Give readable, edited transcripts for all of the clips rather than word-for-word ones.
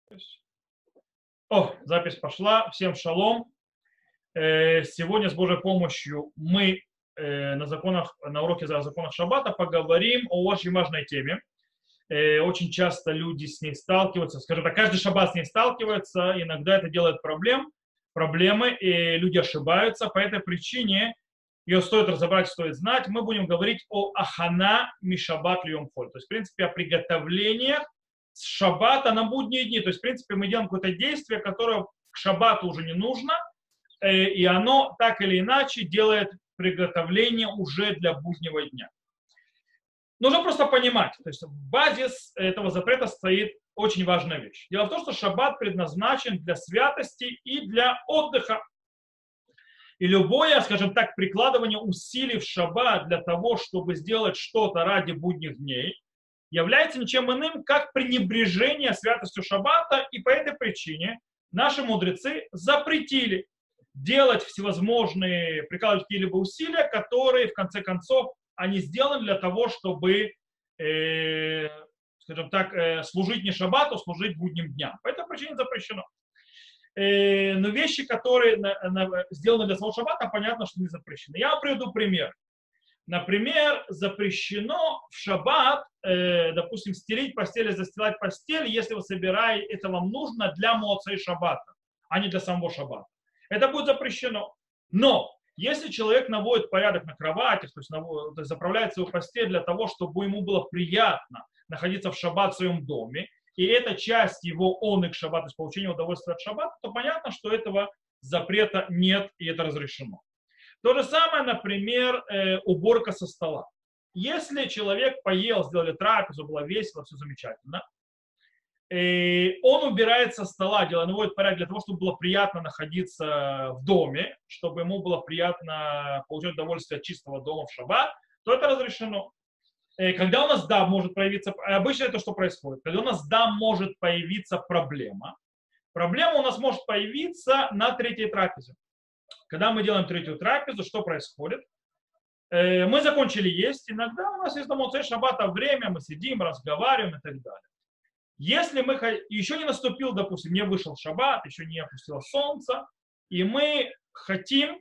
О, запись пошла. Всем шалом. Сегодня с Божьей помощью мы на уроке о законах Шаббата поговорим о очень важной теме. Очень часто люди с ней сталкиваются, скажем так, каждый шаббат с ней сталкивается, иногда это делает проблемы, и люди ошибаются. По этой причине ее стоит разобрать, стоит знать. Мы будем говорить о ахана мишаббат льем холь, то есть, в принципе, о приготовлениях с шаббата на будние дни. То есть, в принципе, мы делаем какое-то действие, которое к шаббату уже не нужно, и оно так или иначе делает приготовление уже для буднего дня. Нужно просто понимать, то есть в базе этого запрета стоит очень важная вещь. Дело в том, что шаббат предназначен для святости и для отдыха. И любое, скажем так, прикладывание усилий в шаббат для того, чтобы сделать что-то ради будних дней, является ничем иным, как пренебрежение святостью шаббата, и по этой причине наши мудрецы запретили делать всевозможные, прикладывать какие-либо усилия, которые, в конце концов, они сделаны для того, чтобы, скажем так, служить не шаббату, служить будним дням. По этой причине запрещено. Но вещи, которые сделаны для самого шаббата, понятно, что не запрещены. Я вам приведу пример. Например, запрещено в шаббат, допустим, стелить постель и застилать постель, если вы собираете, это вам нужно для моцей шаббата, а не для самого шаббата. Это будет запрещено. Но если человек наводит порядок на кровати, то есть заправляет свою постель для того, чтобы ему было приятно находиться в шаббат в своем доме, и это часть его оных шаббата, то есть получения удовольствия от шаббата, то понятно, что этого запрета нет, и это разрешено. То же самое, например, уборка со стола. Если человек поел, сделали трапезу, было весело, все замечательно, он убирает со стола, наводит порядок для того, чтобы было приятно находиться в доме, чтобы ему было приятно получать удовольствие от чистого дома в шаббат, то это разрешено. Когда у нас, да, может появиться, обычно это что происходит? Когда у нас, да, может появиться проблема у нас может появиться на третьей трапезе. Когда мы делаем третью трапезу, что происходит? Мы закончили есть, иногда у нас есть на моцей шаббата время, мы сидим, разговариваем и так далее. Если мы еще не наступил, допустим, не вышел шаббат, еще не опустилось солнце, и мы хотим,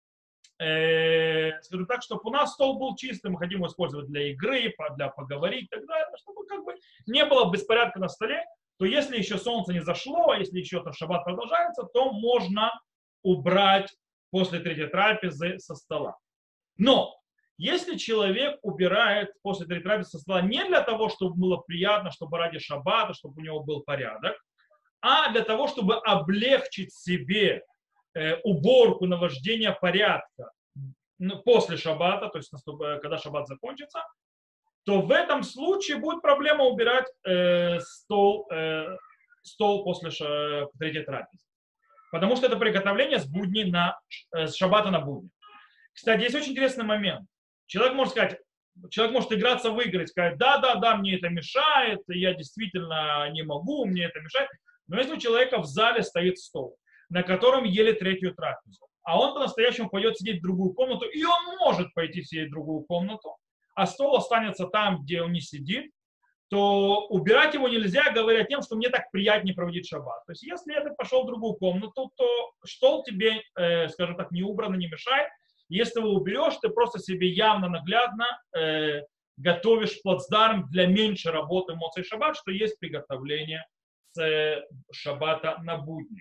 скажем так, чтобы у нас стол был чистый, мы хотим его использовать для игры, для поговорить и так далее, чтобы как бы не было беспорядка на столе, то если еще солнце не зашло, если еще этот шаббат продолжается, то можно убрать после третьей трапезы со стола. Но если человек убирает после третьей трапезы со стола не для того, чтобы было приятно, чтобы ради шаббата, чтобы у него был порядок, а для того, чтобы облегчить себе уборку, навождение порядка после шаббата, то есть когда шаббат закончится, то в этом случае будет проблема убирать стол после третьей трапезы. Потому что это приготовление с шаббата на будни. Кстати, есть очень интересный момент. Человек может играться в игры и сказать, да, мне это мешает, я действительно не могу, мне это мешает. Но если у человека в зале стоит стол, на котором ели третью трапезу, а он по-настоящему пойдет сидеть в другую комнату, и он может пойти сидеть в другую комнату, а стол останется там, где он не сидит, то убирать его нельзя, говоря тем, что мне так приятнее проводить шаббат. То есть если ты пошел в другую комнату, то стол тебе, скажем так, не убран, не мешает. Если его уберешь, ты просто себе явно, наглядно готовишь плацдарм для меньшей работы моцей шаббат, что есть приготовление с шаббата на будни.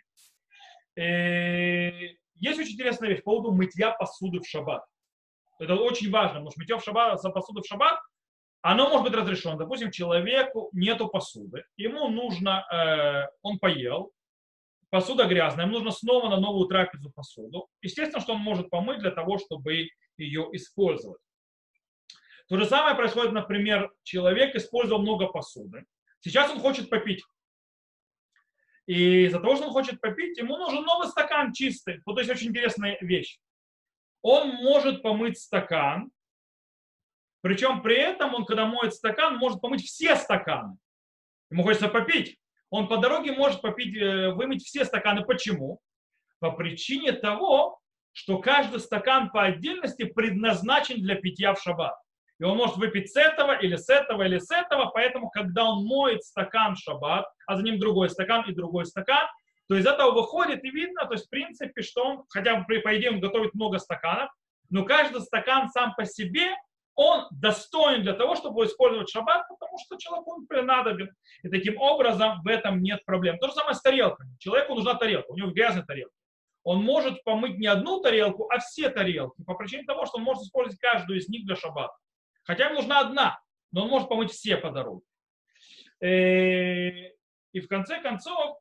Есть очень интересная вещь по поводу мытья посуды в шаббат. Это очень важно, потому что мытье посуды в шаббат, оно может быть разрешено. Допустим, человеку нету посуды, ему нужно, он поел, посуда грязная, ему нужно снова на новую трапезу посуду. Естественно, что он может помыть для того, чтобы ее использовать. То же самое происходит, например, человек использовал много посуды. Сейчас он хочет попить. И из-за того, что он хочет попить, ему нужен новый стакан чистый. Вот, то есть очень интересная вещь. Он может помыть стакан, причем при этом он, когда моет стакан, может помыть все стаканы. Ему хочется попить. Он по дороге может вымыть все стаканы. Почему? По причине того, что каждый стакан по отдельности предназначен для питья в шаббат. И он может выпить с этого, или с этого, или с этого. Поэтому, когда он моет стакан в шаббат, а за ним другой стакан и другой стакан, то из этого выходит и видно, то есть в принципе, что он, хотя бы по идее он готовит много стаканов, но каждый стакан сам по себе, он достоин для того, чтобы использовать шаббат, потому что человеку он принадобен. И таким образом в этом нет проблем. То же самое с тарелками. Человеку нужна тарелка, у него грязная тарелка. Он может помыть не одну тарелку, а все тарелки, по причине того, что он может использовать каждую из них для шаббата. Хотя ему нужна одна, но он может помыть все по дороге. И в конце концов,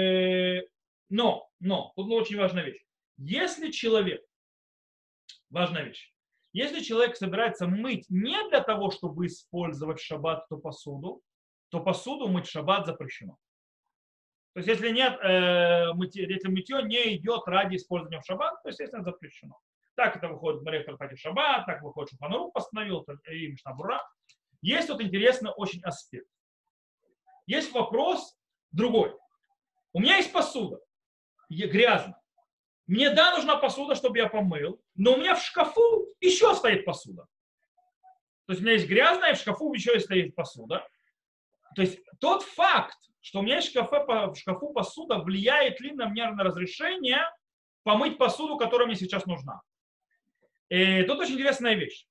тут очень важная вещь. Если человек, важная вещь, если человек собирается мыть не для того, чтобы использовать в шаббат то посуду мыть в шаббат запрещено. То есть если нет, если мытье не идет ради использования в шаббат, то, естественно, запрещено. Так это выходит в Мария Трактате Шаббат, так выходит, что Шулхан Арух постановил, и Мишна Брура. Есть вот интересный очень аспект. Есть вопрос другой. У меня есть посуда, грязная. Мне, да, нужна посуда, чтобы я помыл, но у меня в шкафу еще стоит посуда. То есть у меня есть грязная, и в шкафу еще стоит посуда. То есть тот факт, что у меня есть в шкафу посуда, влияет ли на меня на разрешение помыть посуду, которая мне сейчас нужна. И тут очень интересная вещь.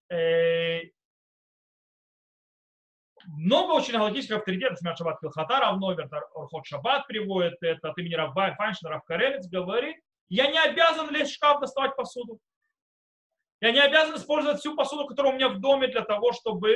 Много очень галактических авторитетов, например, Шаббат Килхата, Равновер, Орхот Шаббат приводит это от имени Рав Файнштейн, Рав Карелец говорит, я не обязан лезть в шкаф доставать посуду. Я не обязан использовать всю посуду, которая у меня в доме, для того, чтобы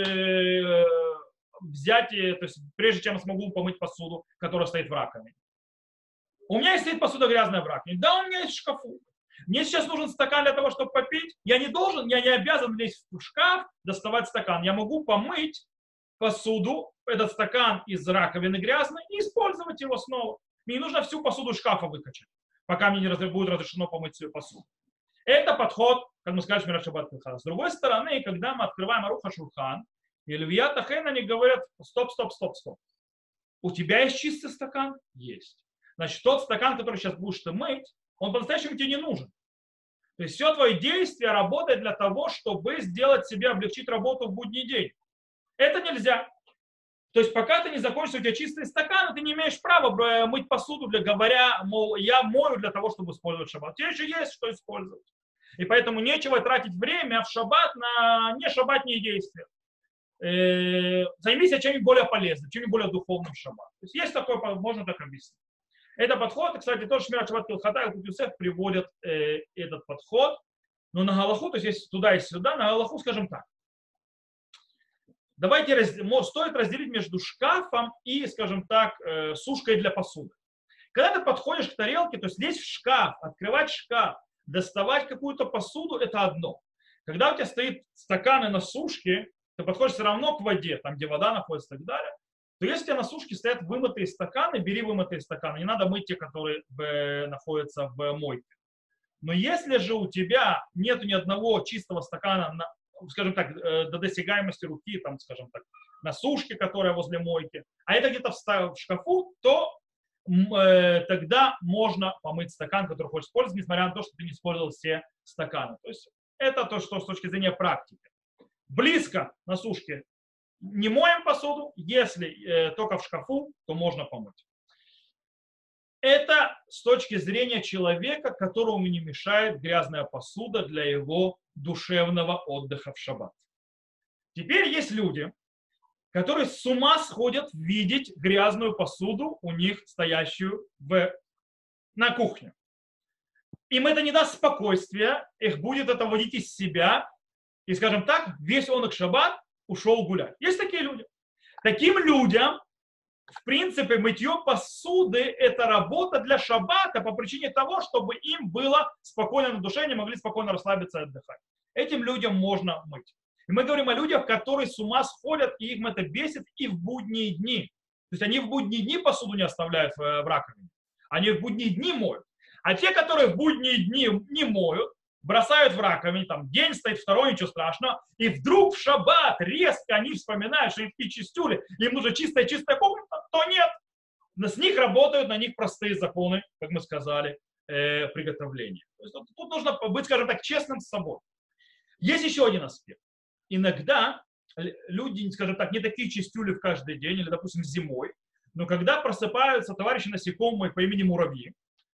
взять, то есть прежде чем я смогу помыть посуду, которая стоит в раковине. У меня стоит посуда грязная в раковине. Да, у меня есть в шкафу. Мне сейчас нужен стакан для того, чтобы попить. Я не обязан лезть в шкаф, доставать стакан. Я могу помыть посуду, этот стакан из раковины грязный, и использовать его снова. Мне не нужно всю посуду из шкафа выкачать, пока мне не будет разрешено помыть всю посуду. Это подход, как мы сказали, Шмират Шаббат Килхата. С другой стороны, когда мы открываем Аруха Шулхан, и Левият Ахен, они говорят, стоп. У тебя есть чистый стакан? Есть. Значит, тот стакан, который сейчас будешь ты мыть, он по-настоящему тебе не нужен. То есть все твое действие работает для того, чтобы сделать себе, облегчить работу в будний день. Это нельзя. То есть пока ты не закончишь, у тебя чистые стаканы, ты не имеешь права мыть посуду, говоря, мол, я мою для того, чтобы использовать шаббат. Тебе же есть что использовать. И поэтому нечего тратить время в шаббат на нешаббатные действия. Займись чем-нибудь более полезным, чем-нибудь более духовным в шаббат. То есть такой, можно так объяснить. Это подход, кстати, тоже Шмират Шаббат Килхата и Юсеф приводят этот подход, но на Галаху, то есть если туда и сюда, на Галаху, скажем так. Стоит разделить между шкафом и, скажем так, сушкой для посуды. Когда ты подходишь к тарелке, то есть лезть в шкаф, открывать шкаф, доставать какую-то посуду, это одно. Когда у тебя стоит стаканы на сушке, ты подходишь все равно к воде, там, где вода находится и так далее, то если у тебя на сушке стоят вымытые стаканы, бери вымытые стаканы. Не надо мыть те, которые находятся в мойке. Но если же у тебя нет ни одного чистого стакана, скажем так, до досягаемости руки, там, скажем так, на сушке, которая возле мойки, а это где-то в шкафу, то тогда можно помыть стакан, который хочешь использовать, несмотря на то, что ты не использовал все стаканы. То есть это то, что с точки зрения практики. Близко на сушке не моем посуду, если только в шкафу, то можно помыть. Это с точки зрения человека, которому не мешает грязная посуда для его душевного отдыха в шаббат. Теперь есть люди, которые с ума сходят видеть грязную посуду у них стоящую на кухне. Им это не даст спокойствия, их будет это вводить из себя, и, скажем так, весь он их шаббат ушел гулять. Есть такие люди. Таким людям, в принципе, мытье посуды – это работа для шаббата по причине того, чтобы им было спокойно на душе, они могли спокойно расслабиться и отдыхать. Этим людям можно мыть. И мы говорим о людях, которые с ума сходят, и им это бесит и в будние дни. То есть они в будние дни посуду не оставляют в раковине. Они в будние дни моют. А те, которые в будние дни не моют, бросают в раковине, там день стоит, второй, ничего страшного, и вдруг в шаббат резко они вспоминают, что им такие чистюли, им нужна чистая комната, то нет. С них работают, на них простые законы, как мы сказали, приготовления. То есть, тут нужно быть, скажем так, честным с собой. Есть еще один аспект. иногда люди, скажем так, не такие чистюли в каждый день, или, допустим, зимой, но когда просыпаются товарищи насекомые по имени муравьи,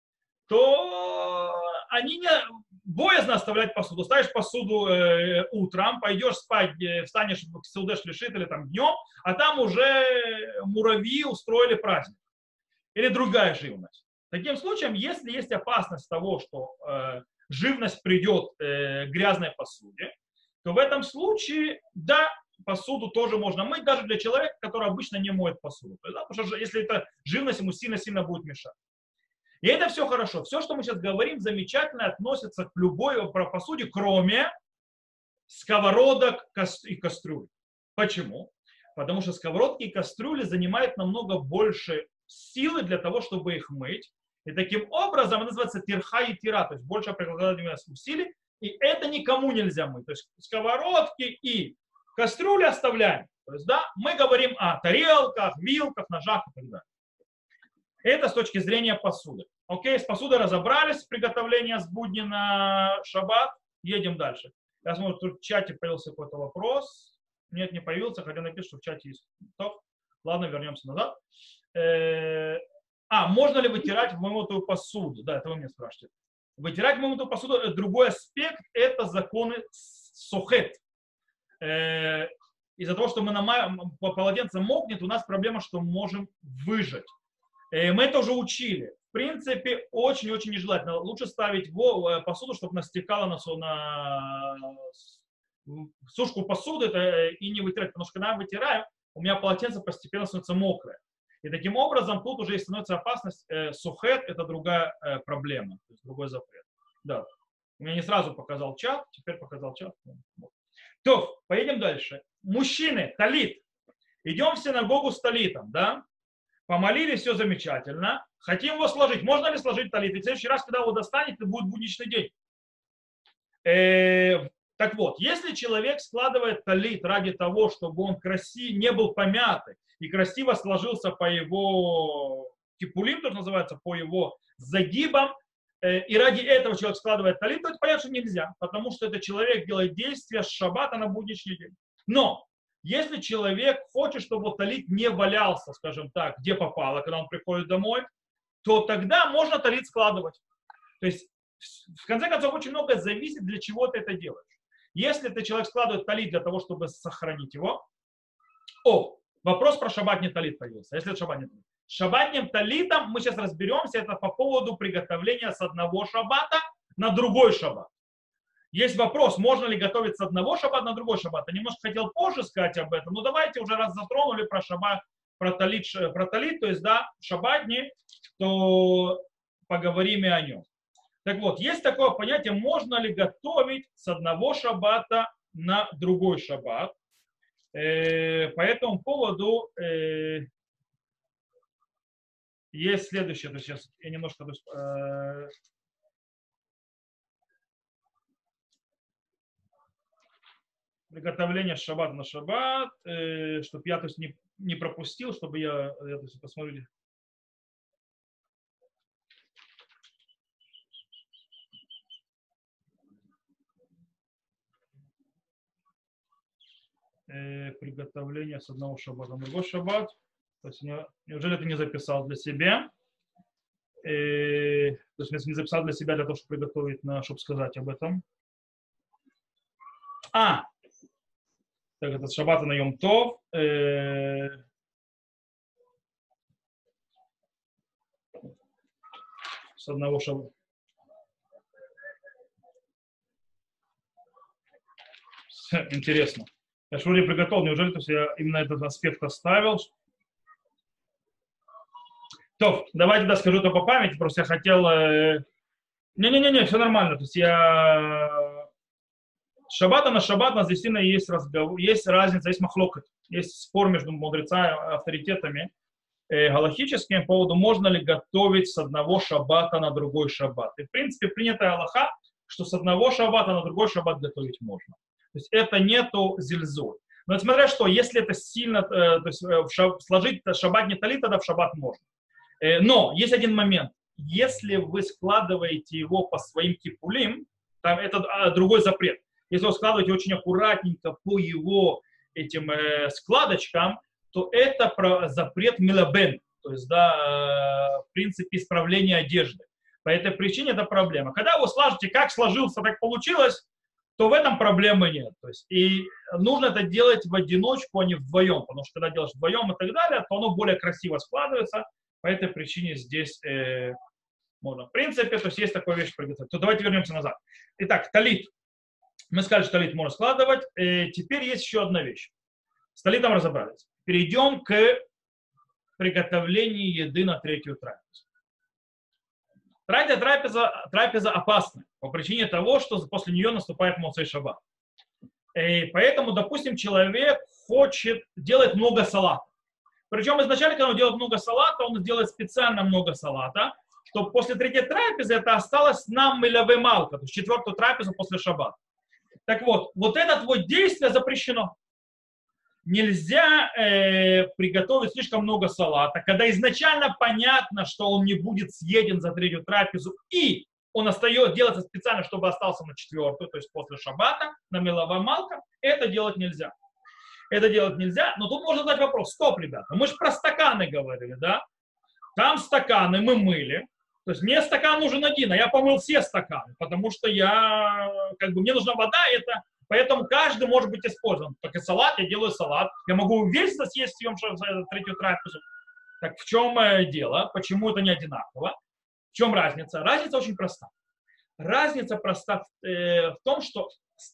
то они не боязно оставлять посуду. Ставишь посуду утром, пойдешь спать, встанешь в Сеудеш лишит или там днем, а там уже муравьи устроили праздник. Или другая живность. Таким случаем, если есть опасность того, что живность придет к грязной посуде, то в этом случае, да, посуду тоже можно мыть, даже для человека, который обычно не моет посуду. Да, потому что если эта живность ему сильно-сильно будет мешать. И это все хорошо. Все, что мы сейчас говорим, замечательно относится к любой посуде, кроме сковородок и кастрюль. Почему? Потому что сковородки и кастрюли занимают намного больше силы для того, чтобы их мыть. И таким образом это называется тирха и тира, то есть больше прикладывания усилий. И это никому нельзя мыть. То есть сковородки и кастрюли оставляем. То есть, да, мы говорим о тарелках, вилках, ножах и так далее. Это с точки зрения посуды. Окей, с посудой разобрались, приготовление с будни на шаббат. Едем дальше. Я смотрю, тут в чате появился какой-то вопрос. Нет, не появился, хотя напишут, что в чате есть. Топ. Ладно, вернемся назад. Можно ли вытирать вымытую посуду? Да, это вы меня спрашиваете. Вытирать вымытую посуду, другой аспект, это законы сохет. Из-за того, что мы полотенце мокнет, у нас проблема, что мы можем выжать. Мы это уже учили. В принципе, очень-очень нежелательно. Лучше ставить посуду, чтобы настекала на сушку посуды и не вытирать. Потому что когда я вытираю, у меня полотенце постепенно становится мокрое. И таким образом тут уже становится опасность. Сухет – это другая проблема, то есть другой запрет. Да. У меня не сразу показал чат, теперь показал чат. То, поедем дальше. Мужчины, талит. Идем в синагогу с талитом, да? Помолились, все замечательно. Хотим его сложить. Можно ли сложить талит? И в следующий раз, когда его достанет, это будет будничный день. Так вот, если человек складывает талит ради того, чтобы он не был помятый и красиво сложился по его кипулим, то называется, по его загибам, и ради этого человек складывает талит, то это понятно, что нельзя, потому что этот человек делает действия с шаббата на будничный день. Но если человек хочет, чтобы талит не валялся, скажем так, где попало, когда он приходит домой, то тогда можно талит складывать. То есть, в конце концов, очень многое зависит, для чего ты это делаешь. Если ты человек складывает талит для того, чтобы сохранить его, вопрос про шаббатный талит появился. Если это шаббатный талит. С шаббатным талитом мы сейчас разберемся, это по поводу приготовления с одного шаббата на другой шаббат. Есть вопрос, можно ли готовить с одного шаббата на другой шаббат. Я немножко хотел позже сказать об этом, но давайте уже раз затронули про шаббат, про талит, то есть, да, шаббатни, то поговорим и о нем. Так вот, есть такое понятие, можно ли готовить с одного шаббата на другой шаббат. По этому поводу есть следующее. То есть сейчас я немножко... приготовление с шаббата на шаббат, чтобы я, то есть, не пропустил, чтобы я то есть, посмотрели. Приготовление с одного шаббата на другой шаббат. То есть, неужели ты не записал для себя? То есть, не записал для себя, для того, чтобы приготовить, чтобы сказать об этом. Так, это с шаббата на Йом Тов. С одного шаббата. Интересно. Я же вроде приготовил, неужели то есть я именно этот аспект оставил? То, давайте да, скажу это по памяти, просто я хотел... Не-не-не, все нормально. То есть я... С шаббата на шаббат у нас действительно есть разговор, есть разница, есть махлокот, есть спор между мудрецами, авторитетами галахическими по поводу, можно ли готовить с одного шаббата на другой шаббат. И в принципе принятая алаха, что с одного шаббата на другой шаббат готовить можно. То есть это нету зильзуль. Но несмотря что, если это сильно, то есть сложить шаббат не талит, тогда в шаббат можно. Но есть один момент. Если вы складываете его по своим кипулим, там это другой запрет. если вы складываете очень аккуратненько по его этим складочкам, то это запрет милабен, то есть, да, в принципе, исправление одежды. По этой причине это проблема. Когда вы сложите, как сложился, так получилось, то в этом проблемы нет. То есть, и нужно это делать в одиночку, а не вдвоем, потому что когда делаешь вдвоем и так далее, то оно более красиво складывается. По этой причине здесь можно. В принципе, то есть есть такая вещь приготовить. То давайте вернемся назад. Итак, талит. Мы сказали, что талит можно складывать. Теперь есть еще одна вещь. С талитом разобрались. Перейдем к приготовлению еды на третью трапезу. Третья трапеза опасна по причине того, что после нее наступает Моцей Шаббат. И поэтому, допустим, человек хочет делать много салата. Причем изначально, когда он делает много салата, он делает специально много салата, чтобы после третьей трапезы это осталось нам миляве малка, то есть четвертую трапезу после Шаббата. Так вот, вот это вот действие запрещено. Нельзя приготовить слишком много салата, когда изначально понятно, что он не будет съеден за третью трапезу, и он остается, делается специально, чтобы остался на четвертую, то есть после шаббата, на меловая малка, это делать нельзя. Это делать нельзя, но тут можно задать вопрос: стоп, ребята, мы же про стаканы говорили, да? Там стаканы мы мыли, то есть мне стакан нужен один, а я помыл все стаканы, потому что мне нужна вода, поэтому каждый может быть использован. Так и салат, я делаю салат, я могу весь съесть за третью трапезу. Так в чем дело? Почему это не одинаково? В чем разница? Разница очень проста. Разница проста в том, что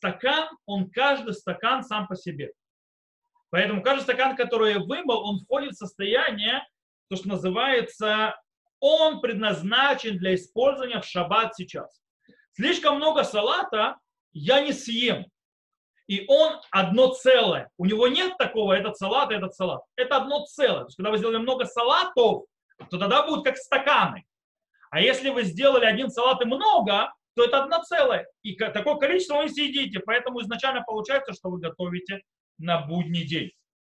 каждый стакан сам по себе. Поэтому каждый стакан, который я вымыл, он входит в состояние, то, что называется, он предназначен для использования в шаббат сейчас. Слишком много салата я не съем. И он одно целое. У него нет такого, этот салат, и этот салат. Это одно целое. То есть, когда вы сделали много салатов, то тогда будут как стаканы. А если вы сделали один салат и много, то это одно целое. И такое количество вы не съедите. Поэтому изначально получается, что вы готовите на будний день.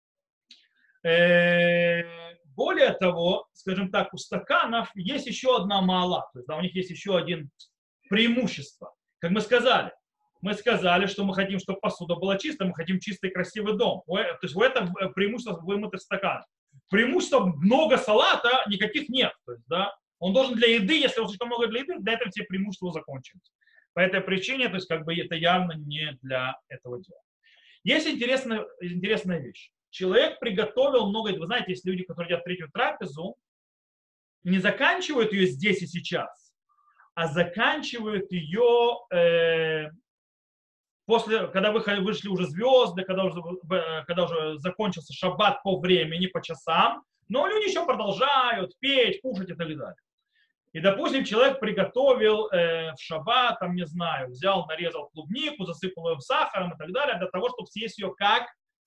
Более того, скажем так, у стаканов есть еще одна мала. То есть, да, у них есть еще один преимущество. Как мы сказали, что мы хотим, чтобы посуда была чистая, мы хотим чистый красивый дом. То есть это преимущество вымытых стаканов. Преимущества много салата никаких нет. То есть, да, он должен для еды, если он слишком много для еды, для этого все преимущества закончились. По этой причине, то есть это явно не для этого дела. Есть интересная вещь. Человек приготовил много, вы знаете, есть люди, которые едят третью трапезу, не заканчивают ее здесь и сейчас, а заканчивают ее когда вышли уже звезды, когда уже закончился шаббат по времени, по часам, но люди еще продолжают петь, кушать и так далее. И, допустим, человек приготовил в шаббат, не знаю, взял, нарезал клубнику, засыпал ее сахаром и так далее, для того, чтобы съесть ее как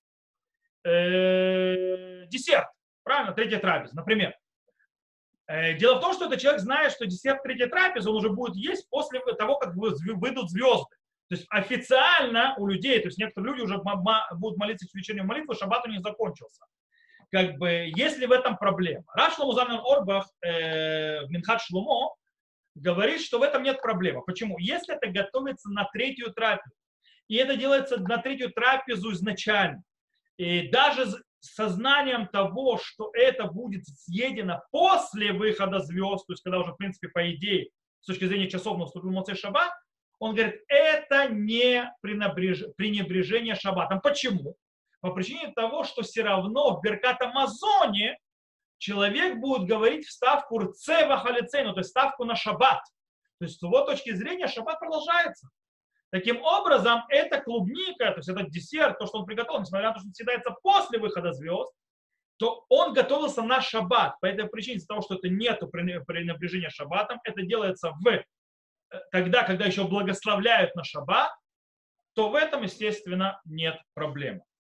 десерт. Правильно? Третья трапеза, например. Дело в том, что этот человек знает, что десерт третьей трапезы он уже будет есть после того, как выйдут звезды. То есть официально у людей, то есть некоторые люди уже будут молиться вечернюю молитву, шаббат у них закончился. Есть ли в этом проблема? Рав Шломо Залман Орбах в Минхат Шломо говорит, что в этом нет проблемы. Почему? Если это готовится на третью трапезу, и это делается на третью трапезу изначально, и даже с сознанием того, что это будет съедено после выхода звезд, то есть когда уже, в принципе, по идее, с точки зрения часов наступил Моцей Шаббат, он говорит, это не пренебрежение шаббатом. Почему? По причине того, что все равно в Беркат Амазоне человек будет говорить вставку рцева халицейну, то есть вставку на шаббат. То есть с его точки зрения шаббат продолжается. Таким образом, эта клубника, то есть этот десерт, то, что он приготовил, несмотря на то, что он съедается после выхода звезд, то он готовился на шаббат. По этой причине, из-за того, что это нет пренебрежения шаббатом, это делается тогда, когда еще благословляют на шаббат, то в этом, естественно, нет проблем.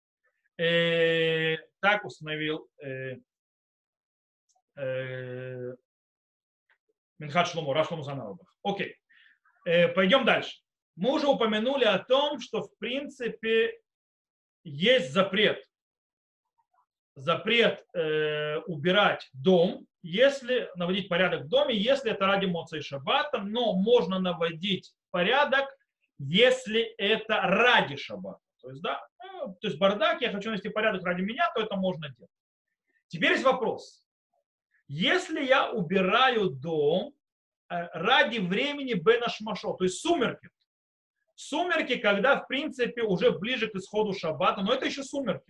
Так установил Минхат Шломо, Рав Шломо Залман Орбах. Окей. Пойдем дальше. Мы уже упомянули о том, что в принципе есть запрет. Запрет убирать дом, если наводить порядок в доме, если это ради Моцей Шаббата, но можно наводить порядок если это ради шаббата. То есть, да, то есть бардак, я хочу навести порядок ради меня, то это можно делать. Теперь есть вопрос. Если я убираю дом ради времени бен ашмашо, то есть сумерки. Сумерки, когда, в принципе, уже ближе к исходу шаббата, но это еще сумерки.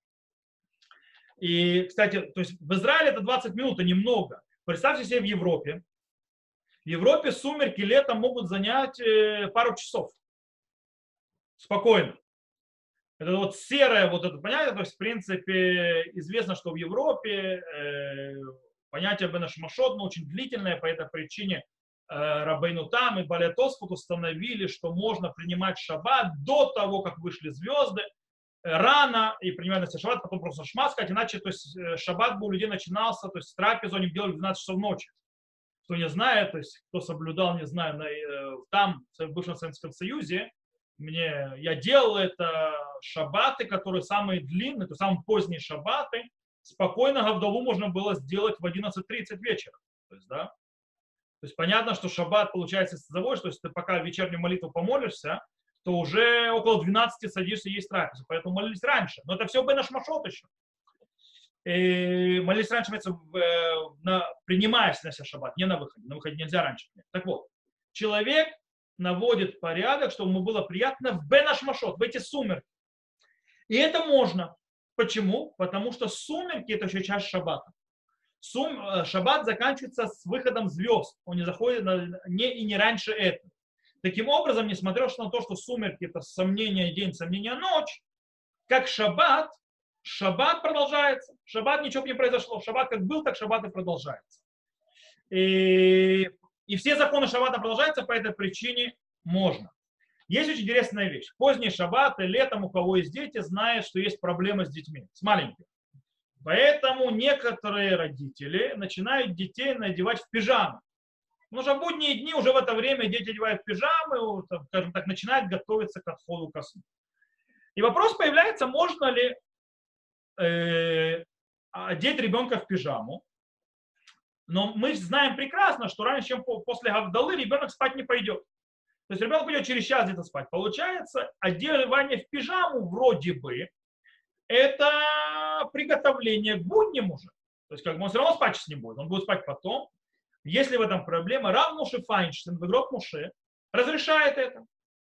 И, кстати, то есть в Израиле это 20 минут, а немного. Представьте себе в Европе. В Европе сумерки летом могут занять пару часов. Спокойно. Это вот серое, вот это понятие, то есть, в принципе, известно, что в Европе понятие бен ашмашот, но очень длительное, по этой причине Рабейну Там и Баля Тосфот установили, что можно принимать шаббат до того, как вышли звезды, рано и принимать на себя шаббат, потом просто шма сказать, иначе то есть, шаббат бы у людей начинался, то есть трапезу они делали в 12 часов ночи. Кто не знает, то есть кто соблюдал, не знаю, там, в бывшем Советском Союзе, я делал это шаббаты, которые самые длинные, то есть самые поздние шаббаты, спокойно Гавдалу можно было сделать в 11:30 вечера. То есть, да? То есть понятно, что шаббат получается из-за того, что если ты пока вечернюю молитву помолишься, то уже около 12 садишься есть трапезу. Поэтому молились раньше. Но это все бен ашмашот еще. И молились раньше, принимаясь на себя шаббат, не на выходе. На выходе нельзя раньше. Так вот, человек наводит порядок, чтобы ему было приятно в бен ашмашот, в эти сумерки. И это можно. Почему? Потому что сумерки это еще часть шаббата. Шаббат заканчивается с выходом звезд. Он не заходит не раньше этого. Таким образом, несмотря на то, что сумерки это сомнение день, сомнение ночь, как шаббат продолжается. Шаббат ничего не произошло. Шаббат как был, так шаббат и продолжается. И все законы шаббата продолжаются, по этой причине можно. Есть очень интересная вещь. Поздние шаббаты, летом, у кого есть дети, знают, что есть проблемы с детьми, с маленькими. Поэтому некоторые родители начинают детей надевать в пижамы. Потому что в будние дни уже в это время дети одевают пижамы, скажем так, начинают готовиться к отходу ко сну. И вопрос появляется, можно ли одеть ребенка в пижаму. Но мы знаем прекрасно, что раньше, чем после Гавдалы, ребенок спать не пойдет. То есть ребенок пойдет через час где-то спать. Получается, одевание в пижаму вроде бы это приготовление к будням уже. То есть как бы он все равно спать сейчас не будет, он будет спать потом. Если в этом проблема, Рав Муше Файнштейн, Бегрот Муше, разрешает это.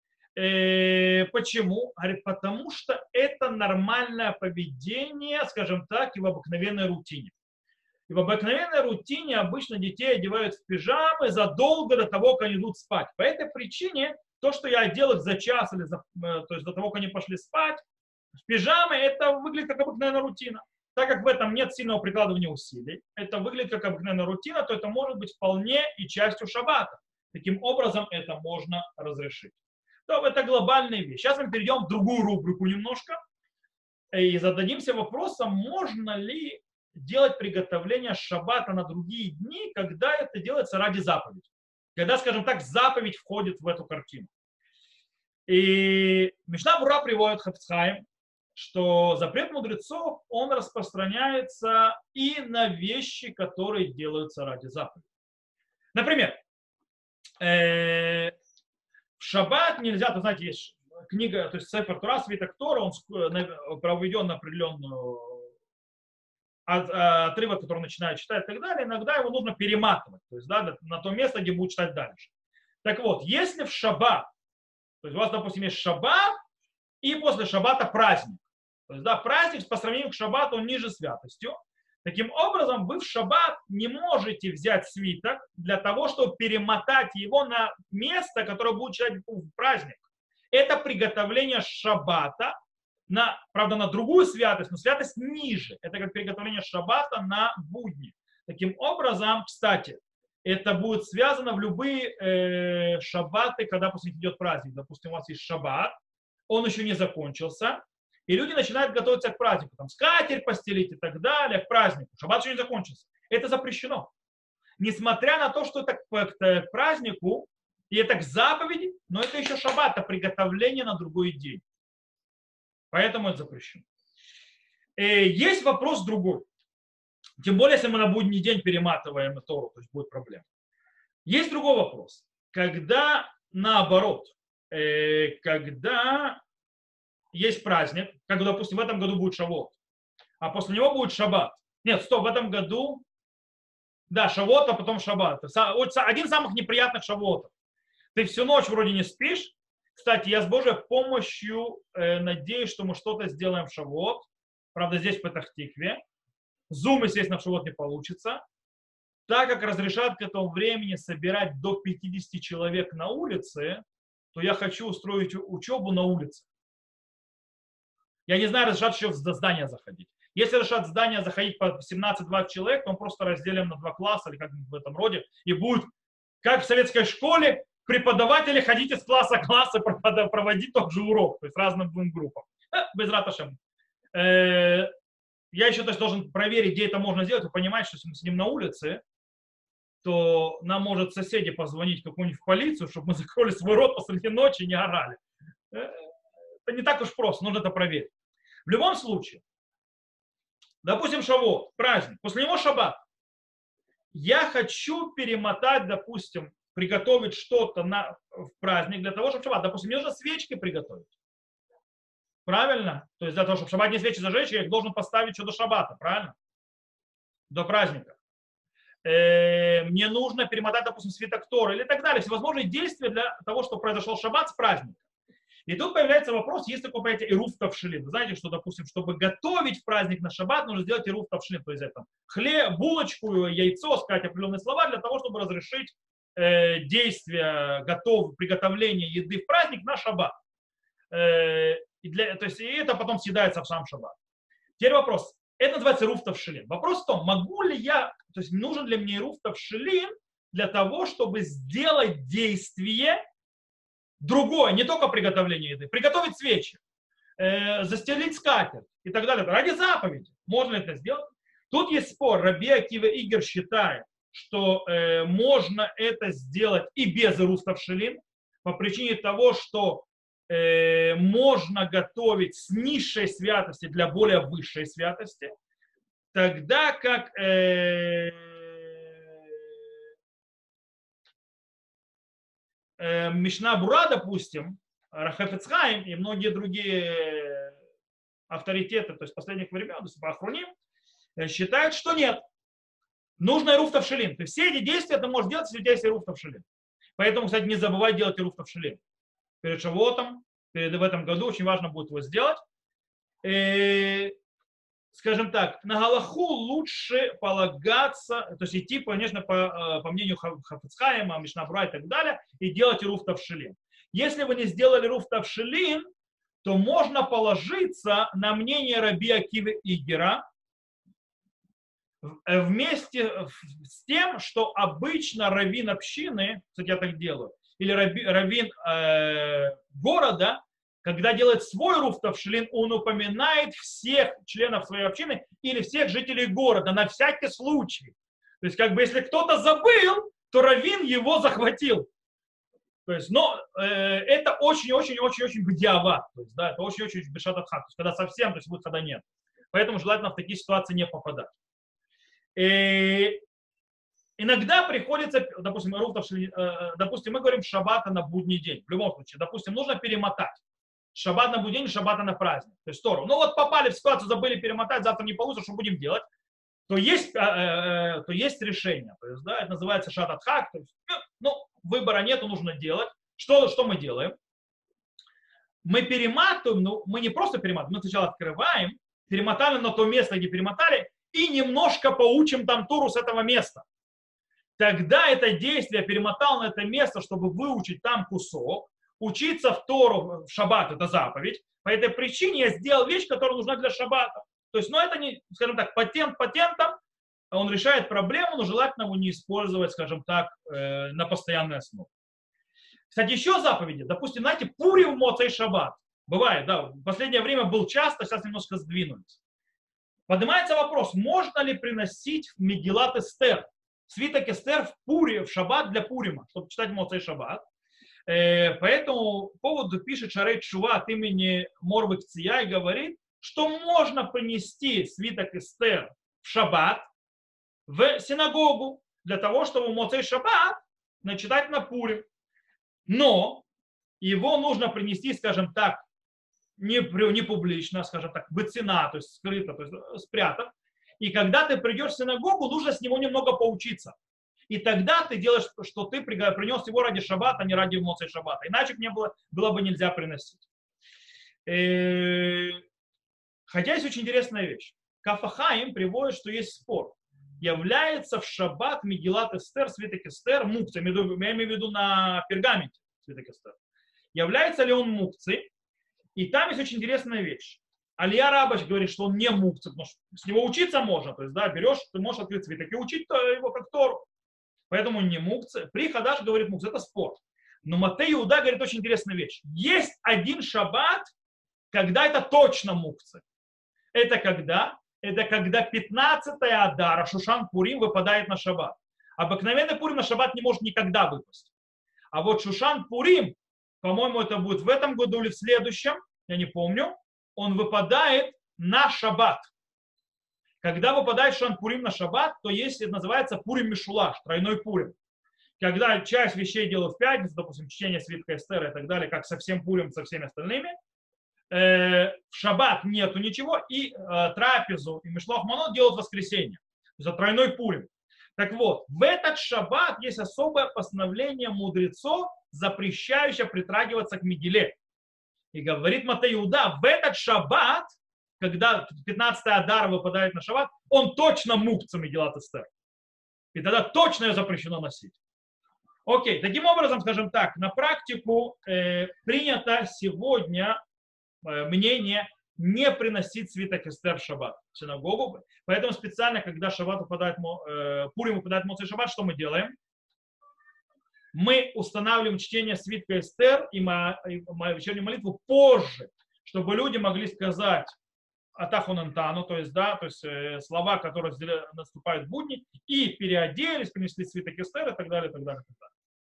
Почему? Говорит, потому что это нормальное поведение, скажем так, и в обыкновенной рутине. И в обыкновенной рутине обычно детей одевают в пижамы задолго до того, как они идут спать. По этой причине то, что я одел их за час или то есть до того, как они пошли спать, в пижамы, это выглядит как обыкновенная рутина. Так как в этом нет сильного прикладывания усилий, это выглядит как обыкновенная рутина, то это может быть вполне и частью шаббата. Таким образом, это можно разрешить. То это глобальная вещь. Сейчас мы перейдем в другую рубрику немножко и зададимся вопросом, можно ли делать приготовление шаббата на другие дни, когда это делается ради заповеди. Когда, скажем так, заповедь входит в эту картину. И Мишна Бура приводит Хафец Хаим, что запрет мудрецов, он распространяется и на вещи, которые делаются ради заповеди. Например, в шаббат нельзя, то знаете, есть книга, то есть Сефер Тора, свиток Тора, он проведен на определенную отрывок, который он начинает читать и так далее, иногда его нужно перематывать, то есть да, на то место, где будет читать дальше. Так вот, если в шаббат, то есть у вас, допустим, есть шаббат, и после шаббата праздник. То есть, да, праздник по сравнению к шаббату, он ниже святостью. Таким образом, вы в шаббат не можете взять свиток для того, чтобы перемотать его на место, которое будет читать в праздник. Это приготовление шаббата, правда, на другую святость, но святость ниже. Это как приготовление шаббата на будни. Таким образом, кстати, это будет связано в любые шаббаты, когда после них идет праздник. Допустим, у вас есть шаббат, он еще не закончился, и люди начинают готовиться к празднику. Там скатерть постелить и так далее, к празднику. Шаббат еще не закончился. Это запрещено. Несмотря на то, что это к празднику, и это к заповеди, но это еще шаббат, это приготовление на другой день. Поэтому это запрещено. Есть вопрос другой. Тем более, если мы на будний день перематываем Тору, то есть будет проблема. Есть другой вопрос. Когда наоборот, когда есть праздник, как, допустим, в этом году будет Шавот, а после него будет Шаббат. Нет, стоп, в этом году, да, Шавот, а потом Шаббат. Один из самых неприятных Шавотов. Ты всю ночь вроде не спишь. Кстати, я с Божьей помощью надеюсь, что мы что-то сделаем в Шавот. Правда, здесь в Петах-Тикве. Зум, естественно, в Шавот не получится. Так как разрешат к этому времени собирать до 50 человек на улице, то я хочу устроить учебу на улице. Я не знаю, разрешат еще в здание заходить. Если решат в здание заходить по 17-20 человек, то мы просто разделим на 2 класса или как-нибудь в этом роде. И будет, как в советской школе, преподаватели ходить из класса в класс и проводить тот же урок, то есть разным двум группам. Без раташем. Я еще должен проверить, где это можно сделать, и понимать, что если мы сидим на улице, то нам может соседи позвонить какую-нибудь в полицию, чтобы мы закрыли свой рот посреди ночи и не орали. Это не так уж просто, нужно это проверить. В любом случае, допустим, Шавот, праздник, после него Шаббат. Я хочу перемотать, допустим, приготовить что-то в праздник для того, чтобы Шаббат. Допустим, мне нужно свечки приготовить. Правильно? То есть для того, чтобы Шаббат не свечи зажечь, я их должен поставить еще до Шаббата, правильно? До праздника. Мне нужно перемотать, допустим, свиток Торы или так далее. Всевозможные действия для того, чтобы произошел Шаббат с праздника. И тут появляется вопрос, есть такое понятие ируф тавшилин. Вы знаете, что, допустим, чтобы готовить в праздник на Шаббат, нужно сделать ируф тавшилин, то есть это хлеб, булочку, яйцо, сказать определенные слова для того, чтобы разрешить действие приготовления еды в праздник на Шаббат. То есть, и это потом съедается в сам Шаббат. Теперь вопрос. Это называется ируф тавшилин. Вопрос в том, могу ли я, то есть нужен ли мне ируф тавшилин для того, чтобы сделать действие другое, не только приготовление еды, приготовить свечи, застелить скатерть и так далее. Ради заповеди. Можно ли это сделать? Тут есть спор. Раби Акива Игер считает, что можно это сделать и без ируф тавшилин, по причине того, что можно готовить с низшей святости для более высшей святости, тогда как Мишна Бура, допустим, Хафец Хаим и многие другие авторитеты, то есть последних времен, то есть Ахроним, считают, что нет. Нужно ируф тавшилин. То есть все эти действия ты можешь делать, если у тебя есть ируф тавшилин. Поэтому, кстати, не забывай делать ируф тавшилин. Перед Шавотом, в этом году очень важно будет его сделать. Скажем так, на Галаху лучше полагаться, то есть идти, конечно, по мнению Хафец Хаима, Мишна Бура и так далее, и делать ируф тавшилин. Если вы не сделали ируф тавшилин, то можно положиться на мнение Раби Акивы Игера вместе с тем, что обычно раввин общины, кстати, я так делаю, или раввин города, когда делает свой ируф тавшилин, он упоминает всех членов своей общины или всех жителей города на всякий случай. То есть, как бы, если кто-то забыл, то раввин его захватил. То есть, но это очень-очень-очень-очень бдиават. То есть, да, это очень-очень бешататхак. То есть, когда совсем, то есть будет, когда нет. Поэтому желательно в такие ситуации не попадать. И иногда приходится, допустим, допустим, мы говорим шаббата на будний день. В любом случае, допустим, нужно перемотать. Шаббат на будний день, шаббата на праздник. То есть Тору. Ну вот попали в ситуацию, забыли перемотать, завтра не получится, что будем делать? То есть решение. То есть, да, это называется шататхак. То есть, ну, выбора нету, нужно делать. Что мы делаем? Мы перематываем, ну, мы не просто перематываем, мы сначала открываем, перемотали на то место, где перемотали, и немножко поучим там Тору с этого места. Тогда это действие перемотал на это место, чтобы выучить там кусок, учиться в Тору в шаббат, это заповедь. По этой причине я сделал вещь, которая нужна для шаббата. То есть, ну, это не, скажем так, патент патентом, он решает проблему, но желательно его не использовать, скажем так, на постоянной основе. Кстати, еще заповеди. Допустим, знаете, Пурим, Моцей, Шаббат. Бывает, да, в последнее время был часто, сейчас немножко сдвинулись. Поднимается вопрос, можно ли приносить в Мегилат Эстер, свиток Эстер в Пуре, в Шаббат для Пурима, чтобы читать Моцей Шаббат. По этому поводу пишет Шарей Тшува от имени Морвы Кция и говорит, что можно принести свиток Эстер в Шаббат в синагогу для того, чтобы Моцей Шаббат начитать на Пурим. Но его нужно принести, скажем так, не публично, скажем так, быцина, то есть скрыто, то есть спрятав. И когда ты придешь в синагогу, нужно с него немного поучиться. И тогда ты делаешь, что ты принес его ради шаббата, а не ради эмоций шаббата. Иначе было бы нельзя приносить. Хотя есть очень интересная вещь. Кафахаим приводит, что есть спор. Является в шаббат Мегилат Эстер, свиток Эстер, мукцей. Я имею в виду на пергаменте свиток Эстер. Является ли он мукцей? И там есть очень интересная вещь. Алия Рабаш говорит, что он не мукцей, потому что с него учиться можно. То есть, да, берешь, ты можешь открыть свиток и учить его как Тору. Поэтому он не мукцей. При Хадаш говорит мукцей. Это спор. Но Матей Иуда говорит очень интересную вещь. Есть один шаббат, когда это точно мукцей. Это когда? Это когда 15-я Адара, Шушан Пурим, выпадает на шаббат. Обыкновенный Пурим на шаббат не может никогда выпасть. А вот Шушан Пурим, по-моему, это будет в этом году или в следующем, я не помню, он выпадает на шаббат. Когда выпадает Шушан Пурим на шаббат, то есть, это называется Пурим Мишулаш, тройной Пурим. Когда часть вещей делают в пятницу, допустим, чтение свитка Эстера и так далее, как со всем Пурим, со всеми остальными, в шаббат нету ничего, и трапезу, и мишлах манот делают в воскресенье. За тройной Пурим. Так вот, в этот шаббат есть особое постановление мудрецов, запрещающее притрагиваться к Мегиле. И говорит Матей Иуда, в этот шаббат, когда 15-й Адар выпадает на шаббат, он точно мукца Мегилат Эстер. И тогда точно ее запрещено носить. Окей, таким образом, скажем так, на практику принято сегодня мнение не приносить свиток Эстер в шаббат в синагогу. Поэтому специально, когда шаббат выпадает, Пурим выпадает Моцей шаббат, что мы делаем? Мы устанавливаем чтение свитка Эстер и вечернюю молитву позже, чтобы люди могли сказать Атахунантану, то есть, да, то есть слова, которые наступают в будни, и переоделись, принесли свиток Эстер и так далее, и так далее, и так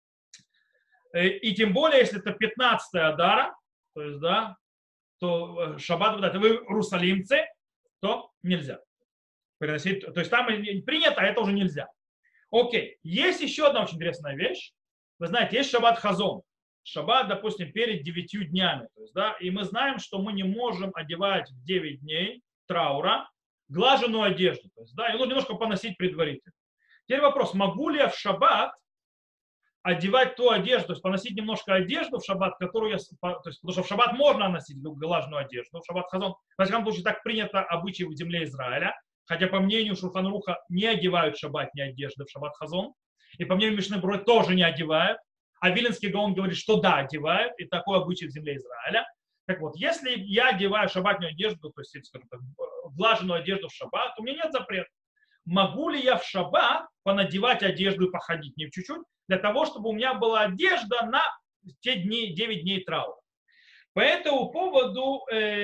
далее. И тем более, если это 15-я Адара, то есть, да, то шаббат, это вы русалимцы, то нельзя приносить. То есть там принято, а это уже нельзя. Окей. Есть еще одна очень интересная вещь. Вы знаете, есть шаббат хазон. Шаббат, допустим, перед 9 днями. То есть, да, и мы знаем, что мы не можем одевать в 9 дней траура глаженную одежду. То есть, да, и нужно немножко поносить предварительно. Теперь вопрос, могу ли я в шаббат одевать ту одежду, то есть поносить немножко одежду в шаббат, которую я, то есть, потому что в шаббат можно носить глаженную одежду, в шаббат хазон, во всяком случае так принято обычаи в земле Израиля, хотя по мнению Шулхан Аруха не одевают шаббатные одежды в шаббат хазон, и по мнению Мишны Брура тоже не одевают, а Виленский Гаон говорит, что да, одевают, и такой обычай в земле Израиля. Так вот, если я одеваю шаббатную одежду, то есть, скажем так, глаженную одежду в шаббат, то у меня нет запрета. Могу ли я в шаббат понадевать одежду и походить не чуть-чуть, для того, чтобы у меня была одежда на те дни, 9 дней траура. По этому поводу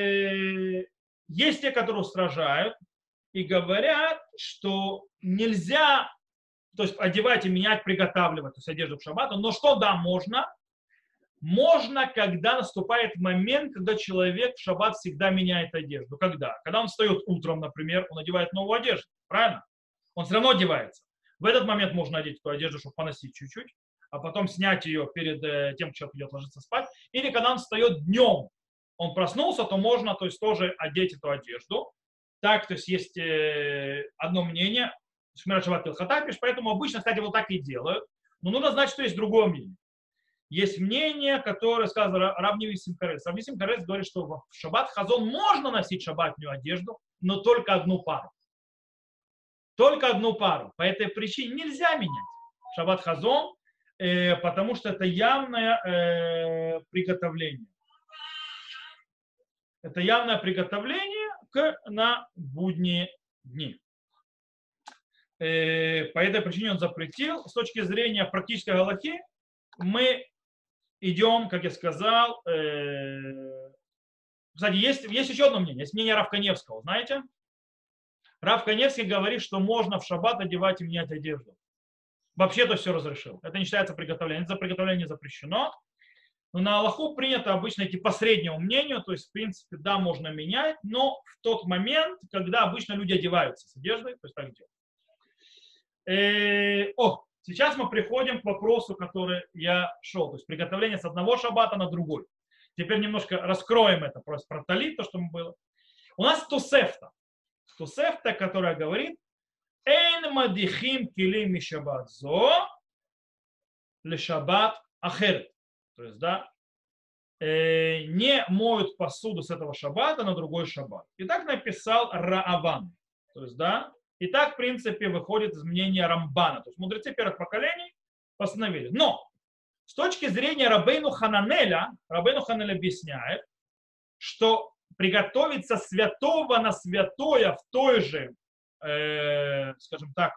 есть те, которые устражают и говорят, что нельзя, то есть одевать и менять, приготавливать, то есть одежду в шаббат, но что да, можно. Можно, когда наступает момент, когда человек в шаббат всегда меняет одежду. Когда? Когда он встает утром, например, он одевает новую одежду, правильно? Он все равно одевается. В этот момент можно одеть эту одежду, чтобы поносить чуть-чуть, а потом снять ее перед тем, как человек идет ложиться спать. Или когда он встает днем, он проснулся, то можно, то есть, тоже одеть эту одежду. Так, то есть одно мнение, Шмират Шаббат Килхата пишет, поэтому обычно, кстати, вот так и делают. Но нужно знать, что есть другое мнение. Есть мнение, которое сказал Рав Нисим Карец. Рав Нисим Карец говорит, что в шаббат хазон можно носить шаббатную одежду, но только одну пару. Только одну пару. По этой причине нельзя менять шаббат хазон, потому что это явное приготовление. Это явное приготовление на будние дни. По этой причине он запретил. С точки зрения практической галахи мы идем, как я сказал. Кстати, есть еще одно мнение. Есть мнение Рав Каневского, знаете? Рав Каневский говорит, что можно в шаббат одевать и менять одежду. Вообще-то все разрешил. Это не считается приготовлением. Это за приготовление запрещено. Но на Аллаху принято обычно идти по среднему мнению. То есть, в принципе, да, можно менять. Но в тот момент, когда обычно люди одеваются с одеждой, то есть так делают. Сейчас мы приходим к вопросу, который я шел. То есть приготовление с одного шаббата на другой. Теперь немножко раскроем это, просто про талит, то, что мы было. У нас тусефта. Тусефта, которая говорит, «Эйн мадихим килим мишаббат зо ле шаббат ахер». То есть, да, не моют посуду с этого шаббата на другой шаббат. И так написал Рааван. То есть, да, и так, в принципе, выходит из мнения Рамбана. То есть мудрецы первых поколений постановили. Но с точки зрения Рабейну Хананель объясняет, что приготовиться святого на святое в той же, скажем так,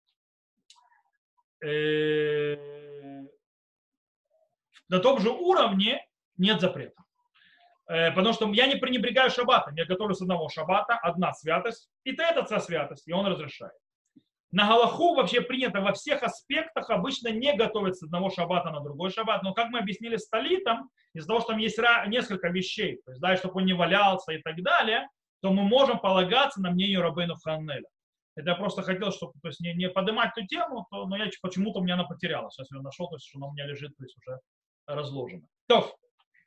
на том же уровне нет запрета. Потому что я не пренебрегаю шаббатом, я готовлю с одного шаббата, одна святость, и это вся святость, и он разрешает. На галаху вообще принято во всех аспектах обычно не готовить с одного шаббата на другой шаббат, но как мы объяснили с талитом, из-за того, что там есть несколько вещей, то есть, да, чтобы он не валялся и так далее, то мы можем полагаться на мнение Рабейну Хананеля. Это я просто хотел, чтобы то есть, не поднимать эту тему, но я почему-то у меня она потерялась. Сейчас я нашел, то есть, что она у меня лежит, то есть уже разложена. То.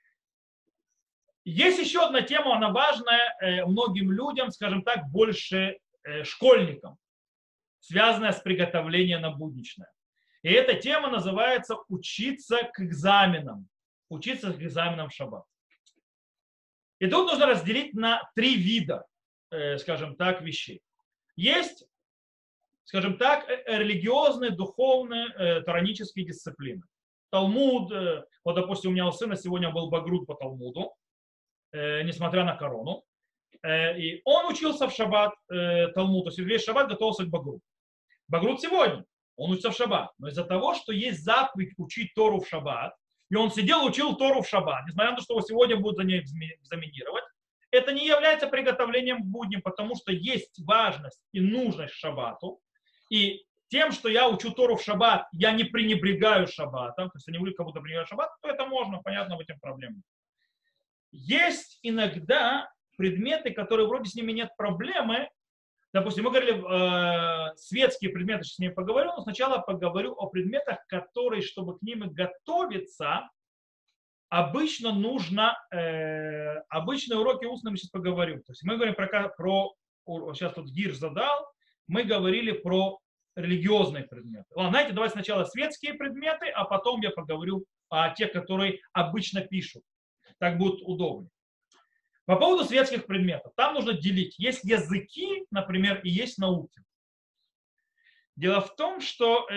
Есть еще одна тема, она важная многим людям, скажем так, больше школьникам, связанная с приготовлением на будничное. И эта тема называется «Учиться к экзаменам». Учиться к экзаменам в шаббат. И тут нужно разделить на 3 вида, скажем так, вещей. Есть, скажем так, религиозные, духовные, торанические дисциплины. Талмуд, вот, допустим, у меня у сына сегодня был багрут по Талмуду, несмотря на корону. И он учился в шаббат Талмуд, то есть весь шаббат готовился к багрут. Багрут сегодня, он учится в шаббат. Но из-за того, что есть заповедь учить Тору в шаббат, и он сидел, учил Тору в шаббат, несмотря на то, что его сегодня будут за ней экзаменировать, это не является приготовлением к будням, потому что есть важность и нужность шаббату. И тем, что я учу Тору в шаббат, я не пренебрегаю шаббатом, то есть я не буду как будто пренебрегать шаббат, то это можно, понятно, в этом проблеме. Есть иногда предметы, которые вроде с ними нет проблемы. Допустим, мы говорили светские предметы, сейчас с ними поговорю, но сначала поговорю о предметах, которые, чтобы к ним готовиться, обычно нужно, обычные уроки устные мы сейчас поговорим. То есть мы говорим про сейчас тут Гирш задал, мы говорили про религиозные предметы. Ладно, знаете, давайте сначала светские предметы, а потом я поговорю о тех, которые обычно пишут. Так будет удобнее. По поводу светских предметов. Там нужно делить. Есть языки, например, и есть науки. Дело в том, что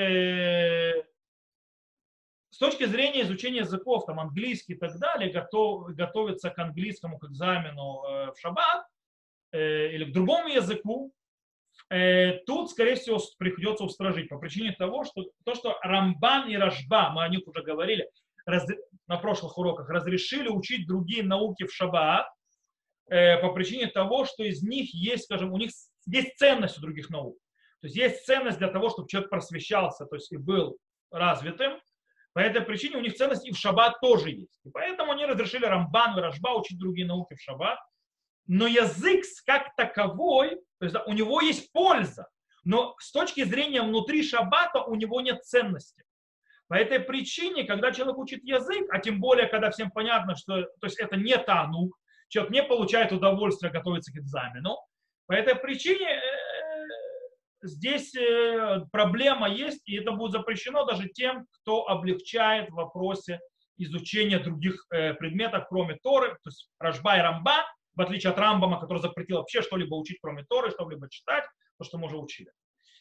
с точки зрения изучения языков, там английский и так далее, готовиться к английскому, к экзамену в шаббат или к другому языку, тут, скорее всего, придется устражить по причине того, что то, что Рамбан и Рашба, мы о них уже говорили, на прошлых уроках разрешили учить другие науки в шаббат по причине того, что из них есть, скажем, у них есть ценность у других наук. То есть есть ценность для того, чтобы человек просвещался, то есть и был развитым. По этой причине у них ценность и в шаббат тоже есть. И поэтому они разрешили Рамбан и Рашба учить другие науки в шаббат. Но язык как таковой, то есть у него есть польза, но с точки зрения внутри шаббата у него нет ценности. По этой причине, когда человек учит язык, а тем более, когда всем понятно, что то есть это не танук, человек не получает удовольствие готовиться к экзамену, по этой причине здесь проблема есть, и это будет запрещено даже тем, кто облегчает в вопросе изучения других предметов, кроме Торы, то есть Рашба и Рамбан, в отличие от Рамбама, который запретил вообще что-либо учить, кроме Торы, что-либо читать, то, что мы уже учили.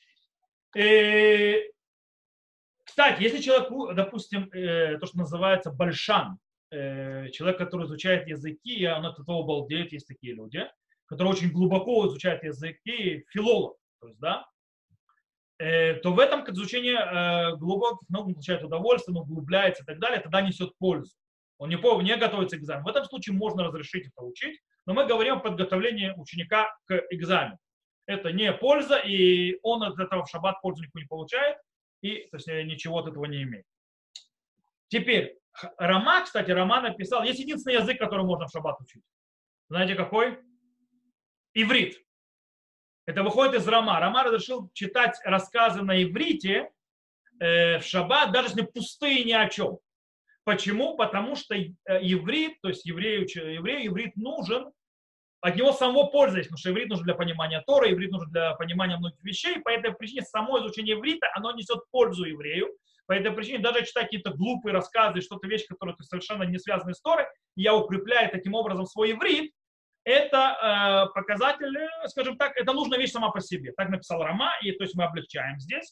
Кстати, если человек, допустим, то, что называется большан, человек, который изучает языки, и он от этого балдеет, есть такие люди, которые очень глубоко изучают языки, филолог, то есть, да, то в этом изучение глубоких наук он получает удовольствие, он углубляется и так далее, тогда несет пользу. Он не готовится к экзамену. В этом случае можно разрешить это учить, но мы говорим о подготовлении ученика к экзамену. Это не польза, и он от этого в шаббат пользу никакую не получает, и то есть, ничего от этого не имеет. Теперь, Рама, кстати, Рама написал, есть единственный язык, который можно в шаббат учить. Знаете какой? Иврит. Это выходит из Рама. Рама разрешил читать рассказы на иврите, в шаббат, даже если пустые ни о чем. Почему? Потому что иврит, то есть еврею, иврит нужен, от него самого польза есть, потому что иврит нужен для понимания Торы, иврит нужен для понимания многих вещей, по этой причине само изучение иврита, оно несет пользу еврею. По этой причине даже читать какие-то глупые рассказы, что-то вещи, которые совершенно не связаны с Торой, я укрепляю таким образом свой иврит, это показатель, скажем так, это нужная вещь сама по себе. Так написал Рама, и то есть мы облегчаем здесь.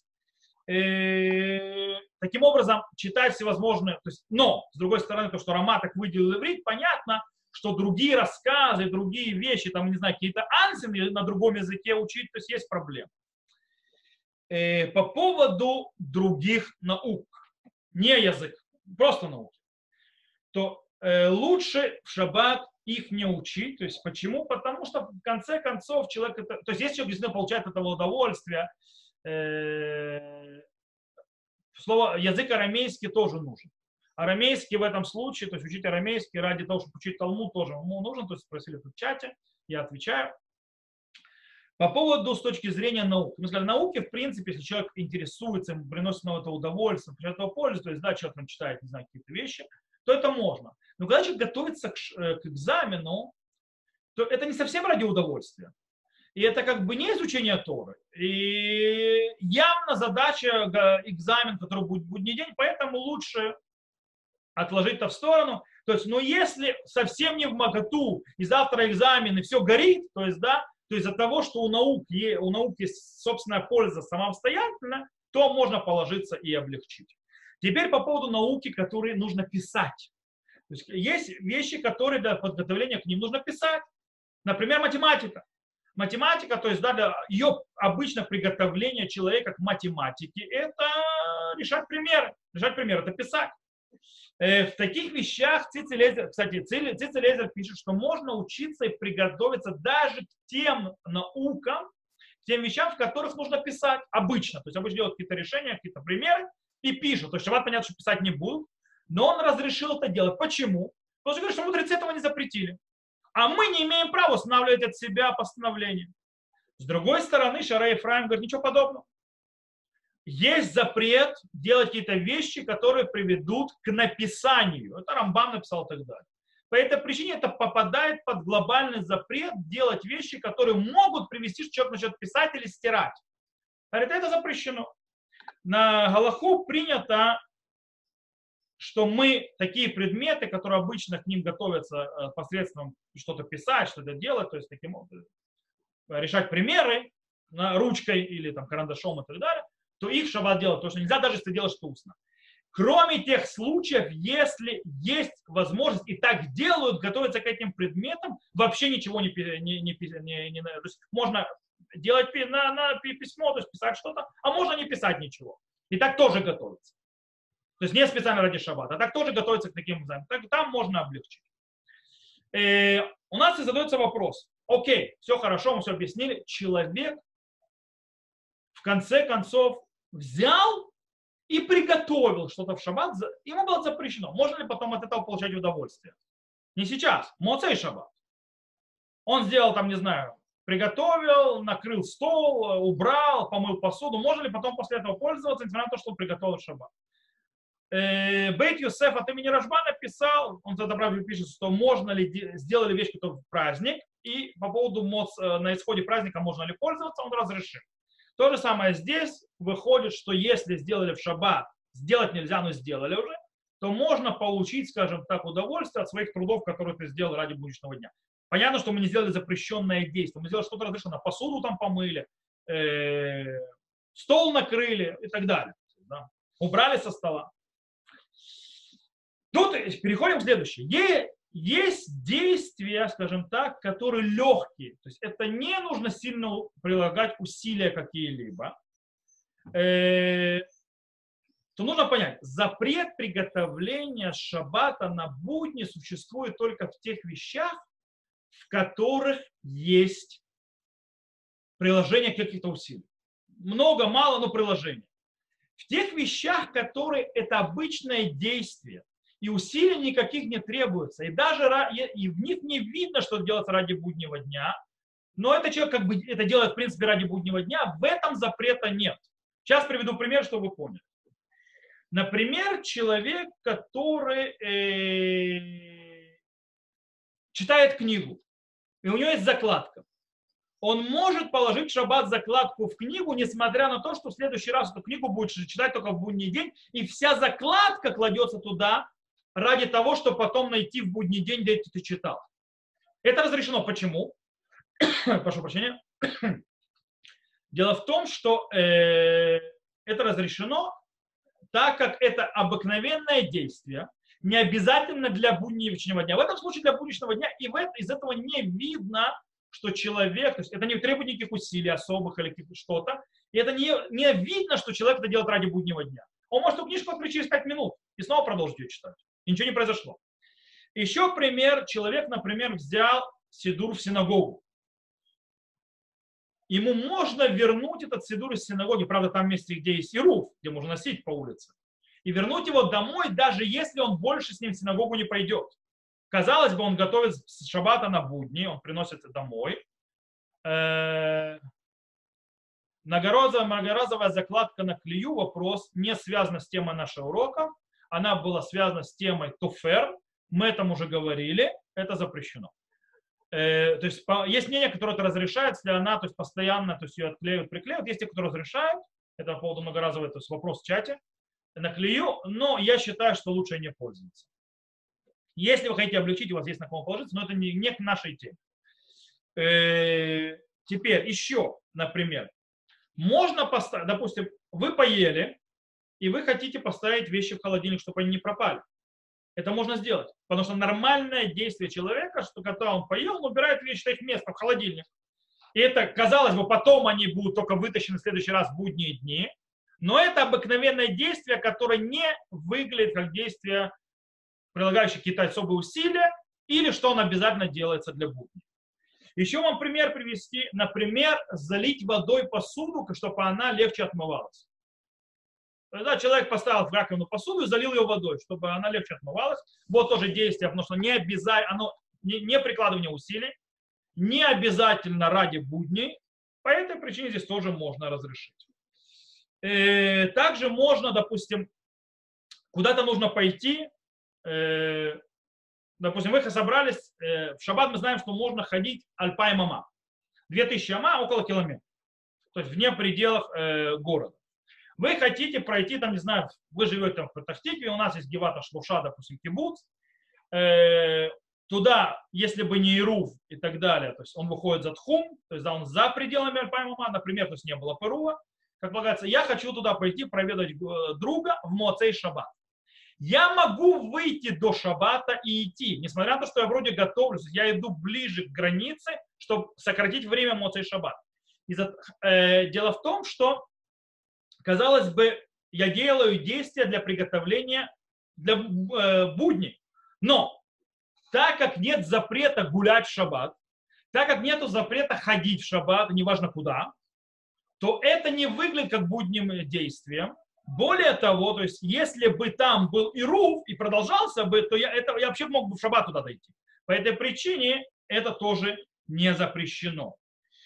Таким образом, читать всевозможные, то есть, но, с другой стороны, то, что Рама так выделил иврит, понятно, что другие рассказы, другие вещи, там, не знаю, какие-то ансины на другом языке учить, то есть есть проблемы. По поводу других наук, не язык, просто науки, то лучше в шаббат их не учить. То есть почему? Потому что в конце концов человек, то есть если человек действительно получает от этого удовольствие, слово язык арамейский тоже нужен. Арамейский в этом случае, то есть учить арамейский ради того, чтобы учить Талмуд, тоже ему нужен. То есть спросили тут в чате, я отвечаю. По поводу с точки зрения науки. Мы сказали, науки, в принципе, если человек интересуется, ему приносит на это удовольствие, от этого пользу, то есть, да, человек там читает, не знаю, какие-то вещи, то это можно. Но когда человек готовится к экзамену, то это не совсем ради удовольствия. И это как бы не изучение Торы. И явно задача экзамен, который будет в будний день, поэтому лучше отложить это в сторону. То есть, но если совсем не в моготу, и завтра экзамен, и все горит, то есть, да, то из-за того, что у науки есть собственная польза самостоятельно, то можно положиться и облегчить. Теперь по поводу науки, которые нужно писать. То есть вещи, которые для подготовления к ним нужно писать. Например, математика. Математика, то есть да, для ее обычно приготовление человека к математике, это решать примеры. Решать примеры, это писать. В таких вещах Цицелезер пишет, что можно учиться и приготовиться даже к тем наукам, к тем вещам, в которых нужно писать обычно. То есть обычно делают какие-то решения, какие-то примеры и пишут. То есть шаббат, понятно, что писать не будут, но он разрешил это делать. Почему? Потому что говорит, что мудрецы этого не запретили. А мы не имеем права устанавливать от себя постановление. С другой стороны, Шара Ефраим говорит, ничего подобного. Есть запрет делать какие-то вещи, которые приведут к написанию. Это Рамбам написал и так далее. По этой причине это попадает под глобальный запрет делать вещи, которые могут привести, что человек начнет писать или стирать. Говорит, это запрещено. На Галаху принято, что мы такие предметы, которые обычно к ним готовятся посредством что-то писать, что-то делать, то есть таким образом решать примеры ручкой или там, карандашом и так далее, то их шаббат делать, потому что нельзя даже если делаешь устно. Кроме тех случаев, если есть возможность, и так делают, готовятся к этим предметам, вообще ничего не то есть можно делать на письмо, то есть писать что-то, а можно не писать ничего. И так тоже готовиться. То есть не специально ради шаббата, а так тоже готовиться к таким экзаменам. Там можно облегчить. У нас и задается вопрос. Окей, все хорошо, мы все объяснили. Человек в конце концов взял и приготовил что-то в шаббат, ему было запрещено. Можно ли потом от этого получать удовольствие? Не сейчас, моцей шаббат. Он сделал там, не знаю, приготовил, накрыл стол, убрал, помыл посуду. Можно ли потом после этого пользоваться, несмотря на то, что он приготовил шаббат? Бейт Йосеф от имени Рашбана писал, он тогда правда пишет, что можно ли сделали вещь, которая в праздник, и по поводу на исходе праздника можно ли пользоваться, он разрешил. То же самое здесь выходит, что если сделали в шаббат, сделать нельзя, но сделали уже, то можно получить, скажем так, удовольствие от своих трудов, которые ты сделал ради будничного дня. Понятно, что мы не сделали запрещенное действие, мы сделали что-то разрешенное, посуду там помыли, стол накрыли и так далее. Да? Убрали со стола. Тут переходим к следующему. Есть действия, скажем так, которые легкие. То есть это не нужно сильно прилагать усилия какие-либо. То нужно понять, запрет приготовления шаббата на будни существует только в тех вещах, в которых есть приложение каких-то усилий. Много, мало, но приложение. В тех вещах, которые это обычное действие, и усилий никаких не требуется. И даже и в них не видно, что делается ради буднего дня. Но это человек как бы это делает, в принципе, ради буднего дня. В этом запрета нет. Сейчас приведу пример, чтобы вы поняли. Например, человек, который читает книгу, и у него есть закладка. Он может положить в шаббат закладку в книгу, несмотря на то, что в следующий раз эту книгу будет читать только в будний день, и вся закладка кладется туда ради того, чтобы потом найти в будний день, где ты читал. Это разрешено. Почему? Прошу прощения. Дело в том, что это разрешено, так как это обыкновенное действие, не обязательно для будничного дня. В этом случае для будничного дня, и из этого не видно, что человек, то есть это не требует никаких усилий особых или что-то, и это не видно, что человек это делает ради буднего дня. Он может эту книжку открыть через 5 минут и снова продолжить ее читать. И ничего не произошло. Еще пример. Человек, например, взял сидур в синагогу. Ему можно вернуть этот сидур из синагоги, правда, там месте, где есть ируф, где можно носить по улице, и вернуть его домой, даже если он больше с ним в синагогу не пойдет. Казалось бы, он готовит с шаббата на будни, он приносит это домой. Многоразовая закладка на клею, вопрос не связан с темой нашего урока, она была связана с темой туфер, мы этом уже говорили, это запрещено. То есть есть мнение, которое это разрешает, если она, то есть постоянно, то есть ее отклеивают, приклеивают, есть те, которые разрешают, это по поводу многоразовой, то есть вопрос в чате, на клею, но я считаю, что лучше не пользоваться. Если вы хотите облегчить, у вас есть на кого положиться, но это не к нашей теме. Теперь еще, например, можно поставить, допустим, вы поели, и вы хотите поставить вещи в холодильник, чтобы они не пропали. Это можно сделать, потому что нормальное действие человека, что когда он поел, он убирает вещи в место, в холодильник. И это, казалось бы, потом они будут только вытащены в следующий раз в будние дни, но это обыкновенное действие, которое не выглядит как действие, прилагающее какие-то особые усилия, или что он обязательно делается для будни. Еще вам пример привести, например, залить водой посуду, чтобы она легче отмывалась. Когда человек поставил в раковину посуду и залил ее водой, чтобы она легче отмывалась. Вот тоже действие, потому что не обязательно, оно не прикладывание усилий, не обязательно ради будней. По этой причине здесь тоже можно разрешить. Также можно, допустим, куда-то нужно пойти. Допустим, вы собрались, в шаббат мы знаем, что можно ходить альпай мама. 2000 ама, около километра. То есть вне пределов города. Вы хотите пройти, там, не знаю, вы живете там в Петах-Тикве, у нас есть Гевата Шлуша, допустим, кибуц. Туда, если бы не Ирув и так далее, то есть он выходит за Тхум, то есть да, он за пределами Альпай-Мама, например, то есть не было Перуа, как полагается, я хочу туда пойти проведать друга в Моцей Шаббат. Я могу выйти до Шаббата и идти, несмотря на то, что я вроде готовлюсь, я иду ближе к границе, чтобы сократить время Моцей Шаббат. Дело в том, что казалось бы, я делаю действия для приготовления для будней. Но так как нет запрета гулять в шаббат, так как нет запрета ходить в шаббат, неважно куда, то это не выглядит как будним действием. Более того, то есть, если бы там был ируф и продолжался бы, то я вообще мог бы в шаббат туда дойти. По этой причине это тоже не запрещено.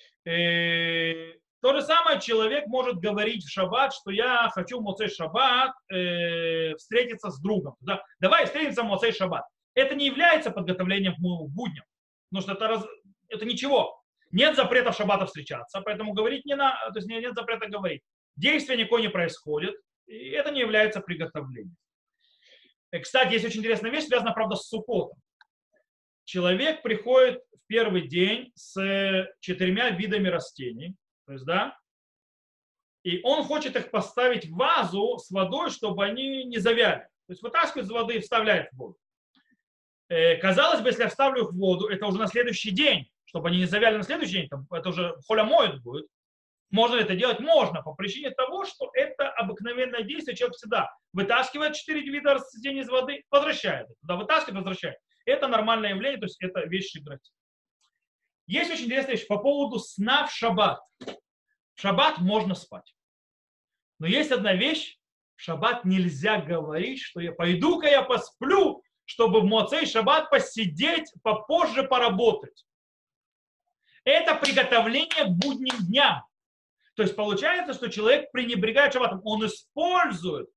То же самое человек может говорить в шаббат, что я хочу в Моцей Шаббат встретиться с другом. Да? Давай встретимся в Моцей Шаббат. Это не является подготовлением к будням, потому что это ничего. Нет запрета в шаббата встречаться, поэтому говорить не надо, то есть нет запрета говорить. Действия никакое не происходит, и это не является приготовлением. Кстати, есть очень интересная вещь, связанная, правда, с Суккотом. Человек приходит в первый день с 4 видами растений, то есть, да, и он хочет их поставить в вазу с водой, чтобы они не завяли. То есть вытаскивает из воды и вставляет в воду. Казалось бы, если я вставлю их в воду, это уже на следующий день, чтобы они не завяли на следующий день, это уже холя моет будет. Можно ли это делать? Можно, по причине того, что это обыкновенное действие. Человек всегда вытаскивает 4 вида растений из воды, возвращает. Туда вытаскивает, возвращает. Это нормальное явление, то есть это вещь шиграти. Есть очень интересная вещь по поводу сна в шаббат. В шаббат можно спать. Но есть одна вещь, в шаббат нельзя говорить, что пойду-ка я посплю, чтобы в Моцей Шаббат посидеть, попозже поработать. Это приготовление к будним дням. То есть получается, что человек пренебрегает шаббатом, он использует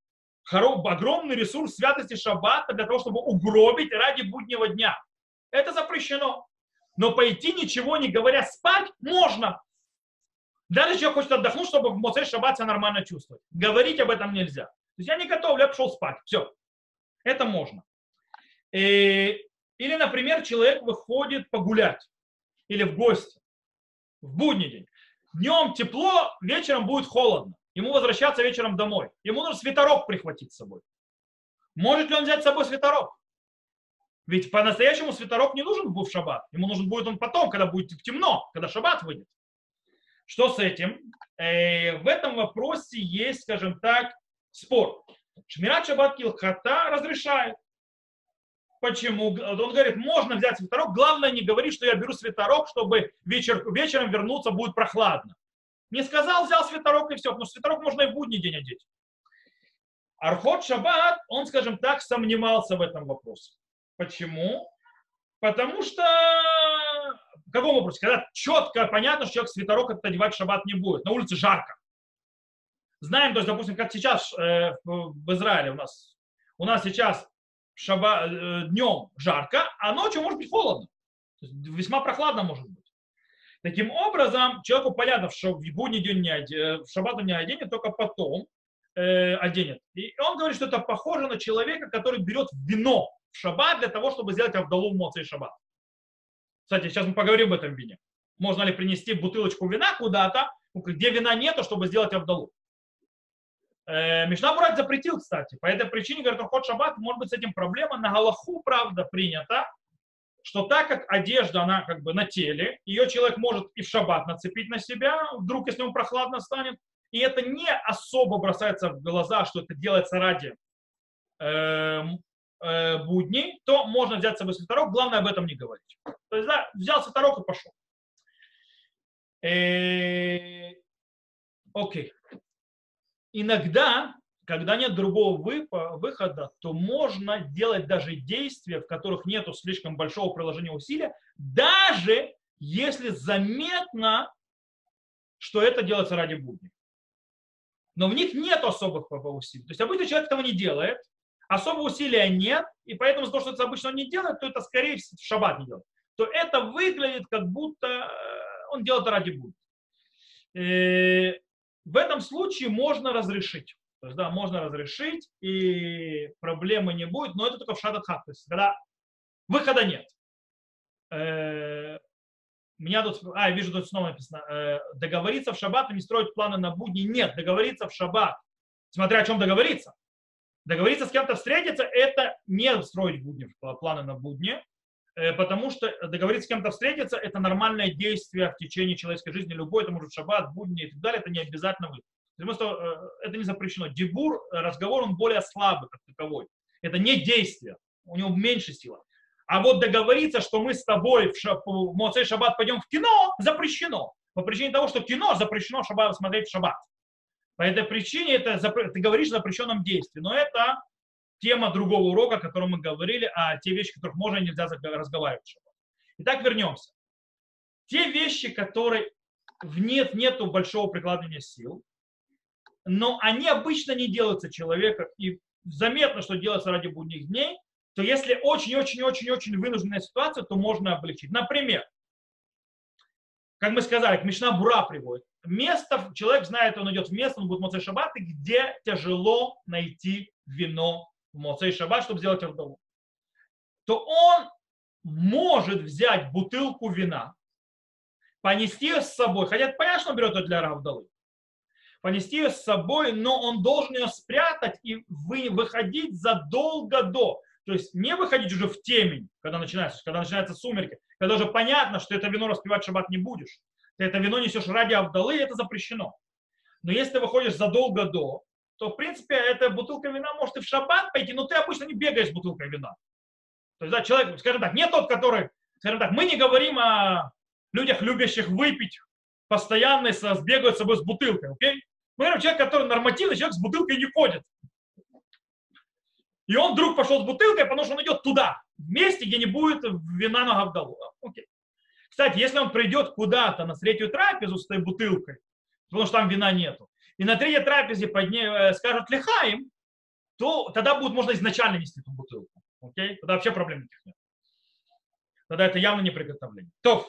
огромный ресурс святости шаббата для того, чтобы угробить ради буднего дня. Это запрещено. Но пойти, ничего не говоря, спать можно. Даже человек хочет отдохнуть, чтобы в Моцей шаббат себя нормально чувствовать. Говорить об этом нельзя. То есть я не готов, я пошел спать. Все. Это можно. Или, например, человек выходит погулять или в гости в будний день. Днем тепло, вечером будет холодно. Ему возвращаться вечером домой. Ему нужно свитерок прихватить с собой. Может ли он взять с собой свитерок? Ведь по-настоящему свитерок не нужен будет в шаббат. Ему нужен будет он потом, когда будет темно, когда шаббат выйдет. Что с этим? В этом вопросе есть, скажем так, спор. Шмират шаббат килхата разрешает. Почему? Он говорит, можно взять свитерок, главное не говорить, что я беру свитерок, чтобы вечером вернуться будет прохладно. Не сказал, взял свитерок и все, потому что свитерок можно и в будний день одеть. Архот Шаббат, он, скажем так, сомневался в этом вопросе. Почему? Потому что, в каком вопросе? Когда четко понятно, что человек свитерок одевать в шаббат не будет. На улице жарко. Знаем, то есть, допустим, как сейчас в Израиле у нас сейчас днем жарко, а ночью может быть холодно. То есть, весьма прохладно может быть. Таким образом, человеку понятно, что в будний день в шаббат он не оденет, только потом оденет. И он говорит, что это похоже на человека, который берет вино в шаббат для того, чтобы сделать авдалу в Моцей шаббат. Кстати, сейчас мы поговорим об этом вине. Можно ли принести бутылочку вина куда-то, где вина нету, чтобы сделать авдалу. Мишна Бура запретил, кстати. По этой причине, говорит, Архот Шаббат, может быть, с этим проблема. На галаху, правда, принято, что так как одежда, она как бы на теле, ее человек может и в шаббат нацепить на себя, вдруг, если ему прохладно станет, и это не особо бросается в глаза, что это делается ради будней, то можно взять с собой свитерок, главное об этом не говорить. То есть, да, взял свитерок и пошел. Окей. Иногда, когда нет другого выхода, то можно делать даже действия, в которых нет слишком большого приложения усилия, даже если заметно, что это делается ради будни. Но в них нет особых усилий. То есть обычно человек этого не делает, особого усилия нет, и поэтому из-за того, что это обычно он не делает, то это скорее в шаббат не делает. То это выглядит, как будто он делает это ради будни. В этом случае можно разрешить. То есть, да, можно разрешить, и проблемы не будет, но это только в шадат-хат, то есть, когда выхода нет. Меня тут, я вижу, тут снова написано, договориться в шаббат и не строить планы на будни. Нет, договориться в шаббат, смотря о чем договориться. Договориться с кем-то встретиться, это не строить будни, планы на будни, потому что договориться с кем-то встретиться, это нормальное действие в течение человеческой жизни, любой, это может шаббат, будни и так далее, это не обязательно вы. Это не запрещено. Дибур, разговор, он более слабый, как таковой. Это не действие, у него меньше сила. А вот договориться, что мы с тобой в Моцей шаббат пойдем в кино, запрещено. По причине того, что кино запрещено смотреть в шаббат. По этой причине ты говоришь о запрещенном действии. Но это тема другого урока, о котором мы говорили, о те вещи, о которых можно и нельзя разговаривать в шаббат. Итак, вернемся. Те вещи, которые нету большого прикладывания сил, но они обычно не делаются человеком, и заметно, что делается ради будних дней, то если очень-очень-очень-очень вынужденная ситуация, то можно облегчить. Например, как мы сказали, Мишна Бура приводит. Человек знает, он идет в место, он будет в Моцей шаббат, где тяжело найти вино в Моцей шаббат, чтобы сделать авдалу. То он может взять бутылку вина, понести ее с собой, хотя понятно, что он берет ее для авдалы, понести ее с собой, но он должен ее спрятать и выходить задолго до. То есть не выходить уже в темень, когда начинаются сумерки, когда уже понятно, что это вино распивать в шаббат не будешь. Ты это вино несешь ради авдалы, это запрещено. Но если ты выходишь задолго до, то, в принципе, эта бутылка вина может и в шаббат пойти, но ты обычно не бегаешь с бутылкой вина. То есть, да, человек, скажем так, не тот, который, скажем так, мы не говорим о людях, любящих выпить постоянно, бегают с собой с бутылкой, окей? Мы говорим, человек, который нормативный, человек с бутылкой не ходит. И он вдруг пошел с бутылкой, потому что он идет туда, в месте, где не будет вина на авдалу. Окей. Кстати, если он придет куда-то на третью трапезу с этой бутылкой, потому что там вина нету, и на третьей трапезе скажут лихаим, то тогда будет можно изначально нести эту бутылку. Окей? Тогда вообще проблем никаких нет. Тогда это явно не приготовление. То,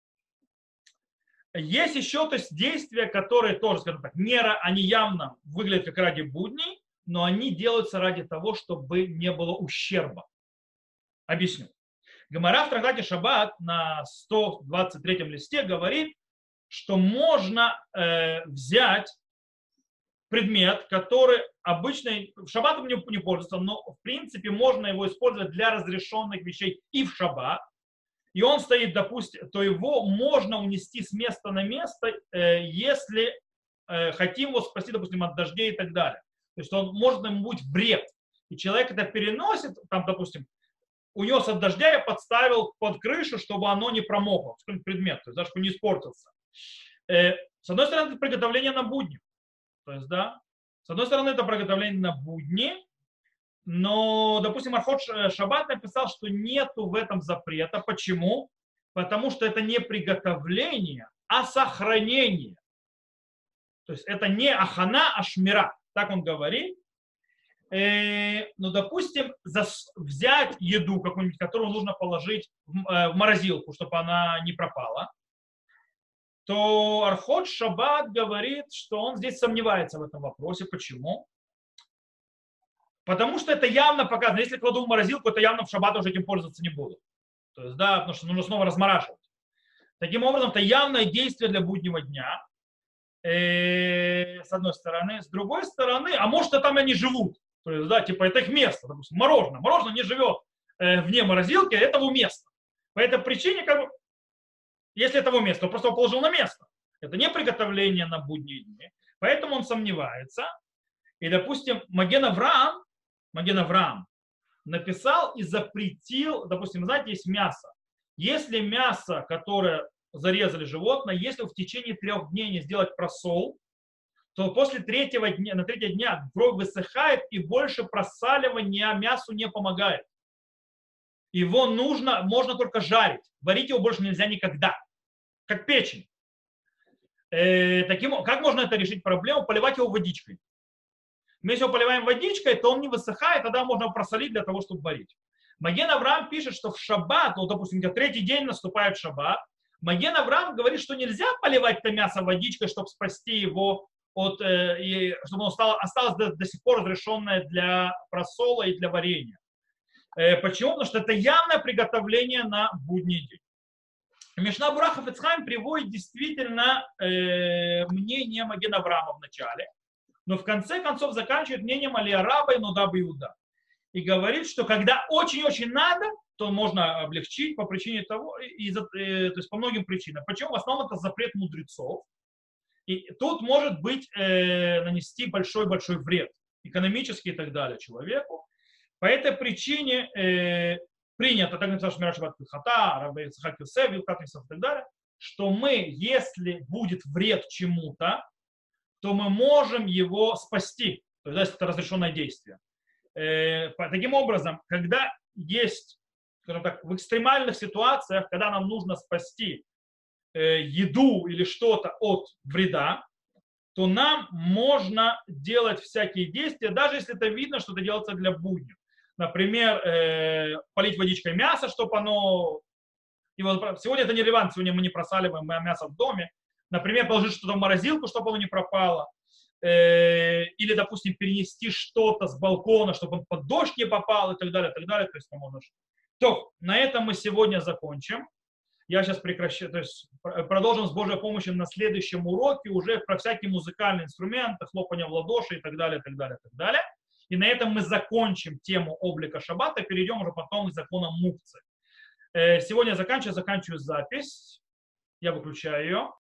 есть еще то есть, действия, которые тоже, скажем так, они явно выглядят как ради будней, но они делаются ради того, чтобы не было ущерба. Объясню. Гемара в трактате Шаббат на 123 листе говорит, что можно взять предмет, который обычно в шаббат не пользуется, но в принципе можно его использовать для разрешенных вещей и в шаббат. И он стоит, допустим, то его можно унести с места на место, если хотим его спасти, допустим, от дождей и так далее. То есть он может ему быть вред. И человек это переносит, там, допустим, унес от дождя и подставил под крышу, чтобы оно не промокло, какой-нибудь предмет, то есть даже чтобы не испортился. С одной стороны, это приготовление на будни. То есть, да, с одной стороны, это приготовление на будни, но, допустим, Архот Шаббат написал, что нету в этом запрета. Почему? Потому что это не приготовление, а сохранение. То есть это не ахана, а шмира. Так он говорит. Но, допустим, взять еду какую-нибудь, которую нужно положить в морозилку, чтобы она не пропала, то Архот Шаббат говорит, что он здесь сомневается в этом вопросе. Почему? Потому что это явно показано. Если кладу в морозилку, это явно в шаббат уже этим пользоваться не буду. То есть, да, потому что нужно снова размораживать. Таким образом, это явное действие для буднего дня. С одной стороны. С другой стороны, а может, там они живут. То есть, да, типа, это их место. Допустим, мороженое. Мороженое не живет вне морозилки, это его место. По этой причине, как бы, если это его место, он просто его положил на место. Это не приготовление на будние дни. Поэтому он сомневается. И, допустим, Маген Авраам написал и запретил, допустим, знаете, есть мясо. Если мясо, которое зарезали животное, если в течение 3 дней не сделать просол, то после на третьего дня кровь высыхает и больше просаливания мясу не помогает. Его можно только жарить. Варить его больше нельзя никогда. Как печень. Как можно это решить проблему? Поливать его водичкой. Мы если его поливаем водичкой, то он не высыхает, тогда можно просолить для того, чтобы варить. Маген Авраам пишет, что в шаббат, вот, допустим, где 3-й день наступает шаббат, Маген Авраам говорит, что нельзя поливать это мясо водичкой, чтобы спасти его, чтобы оно осталось до сих пор разрешенное для просола и для варенья. Почему? Потому что это явное приготовление на будний день. Мишна Бура Хафец Хаим приводит действительно мнение Маген Авраама в начале, но в конце концов заканчивает мнением Алиараба и Нодаба Иуда. И говорит, что когда очень-очень надо, то можно облегчить по причине того, то есть по многим причинам. Почему? В основном это запрет мудрецов. И тут может быть нанести большой-большой вред, экономический и так далее, человеку. По этой причине принято, так написано Шмира Шаббат Хата, Рабби Ицхак Йосеф, Вилкат Йосеф и так далее, что мы, если будет вред чему-то, то мы можем его спасти. То есть это разрешенное действие. Таким образом, когда есть, скажем так, в экстремальных ситуациях, когда нам нужно спасти еду или что-то от вреда, то нам можно делать всякие действия, даже если это видно, что это делается для будни. Например, полить водичкой мясо, чтобы оно... Сегодня это не релевантно, сегодня мы не просаливаем мясо в доме. Например, положить что-то в морозилку, чтобы оно не пропало. Или, допустим, перенести что-то с балкона, чтобы он под дождь не попал и так далее, и так далее. То есть, то, на этом мы сегодня закончим. Я сейчас прекращаю, то есть продолжим с Божьей помощью на следующем уроке уже про всякие музыкальные инструменты, хлопание в ладоши и так далее, и так далее, и так далее. И на этом мы закончим тему облика шаббата, перейдем уже потом к законам мукцы. Сегодня я заканчиваю запись. Я выключаю ее.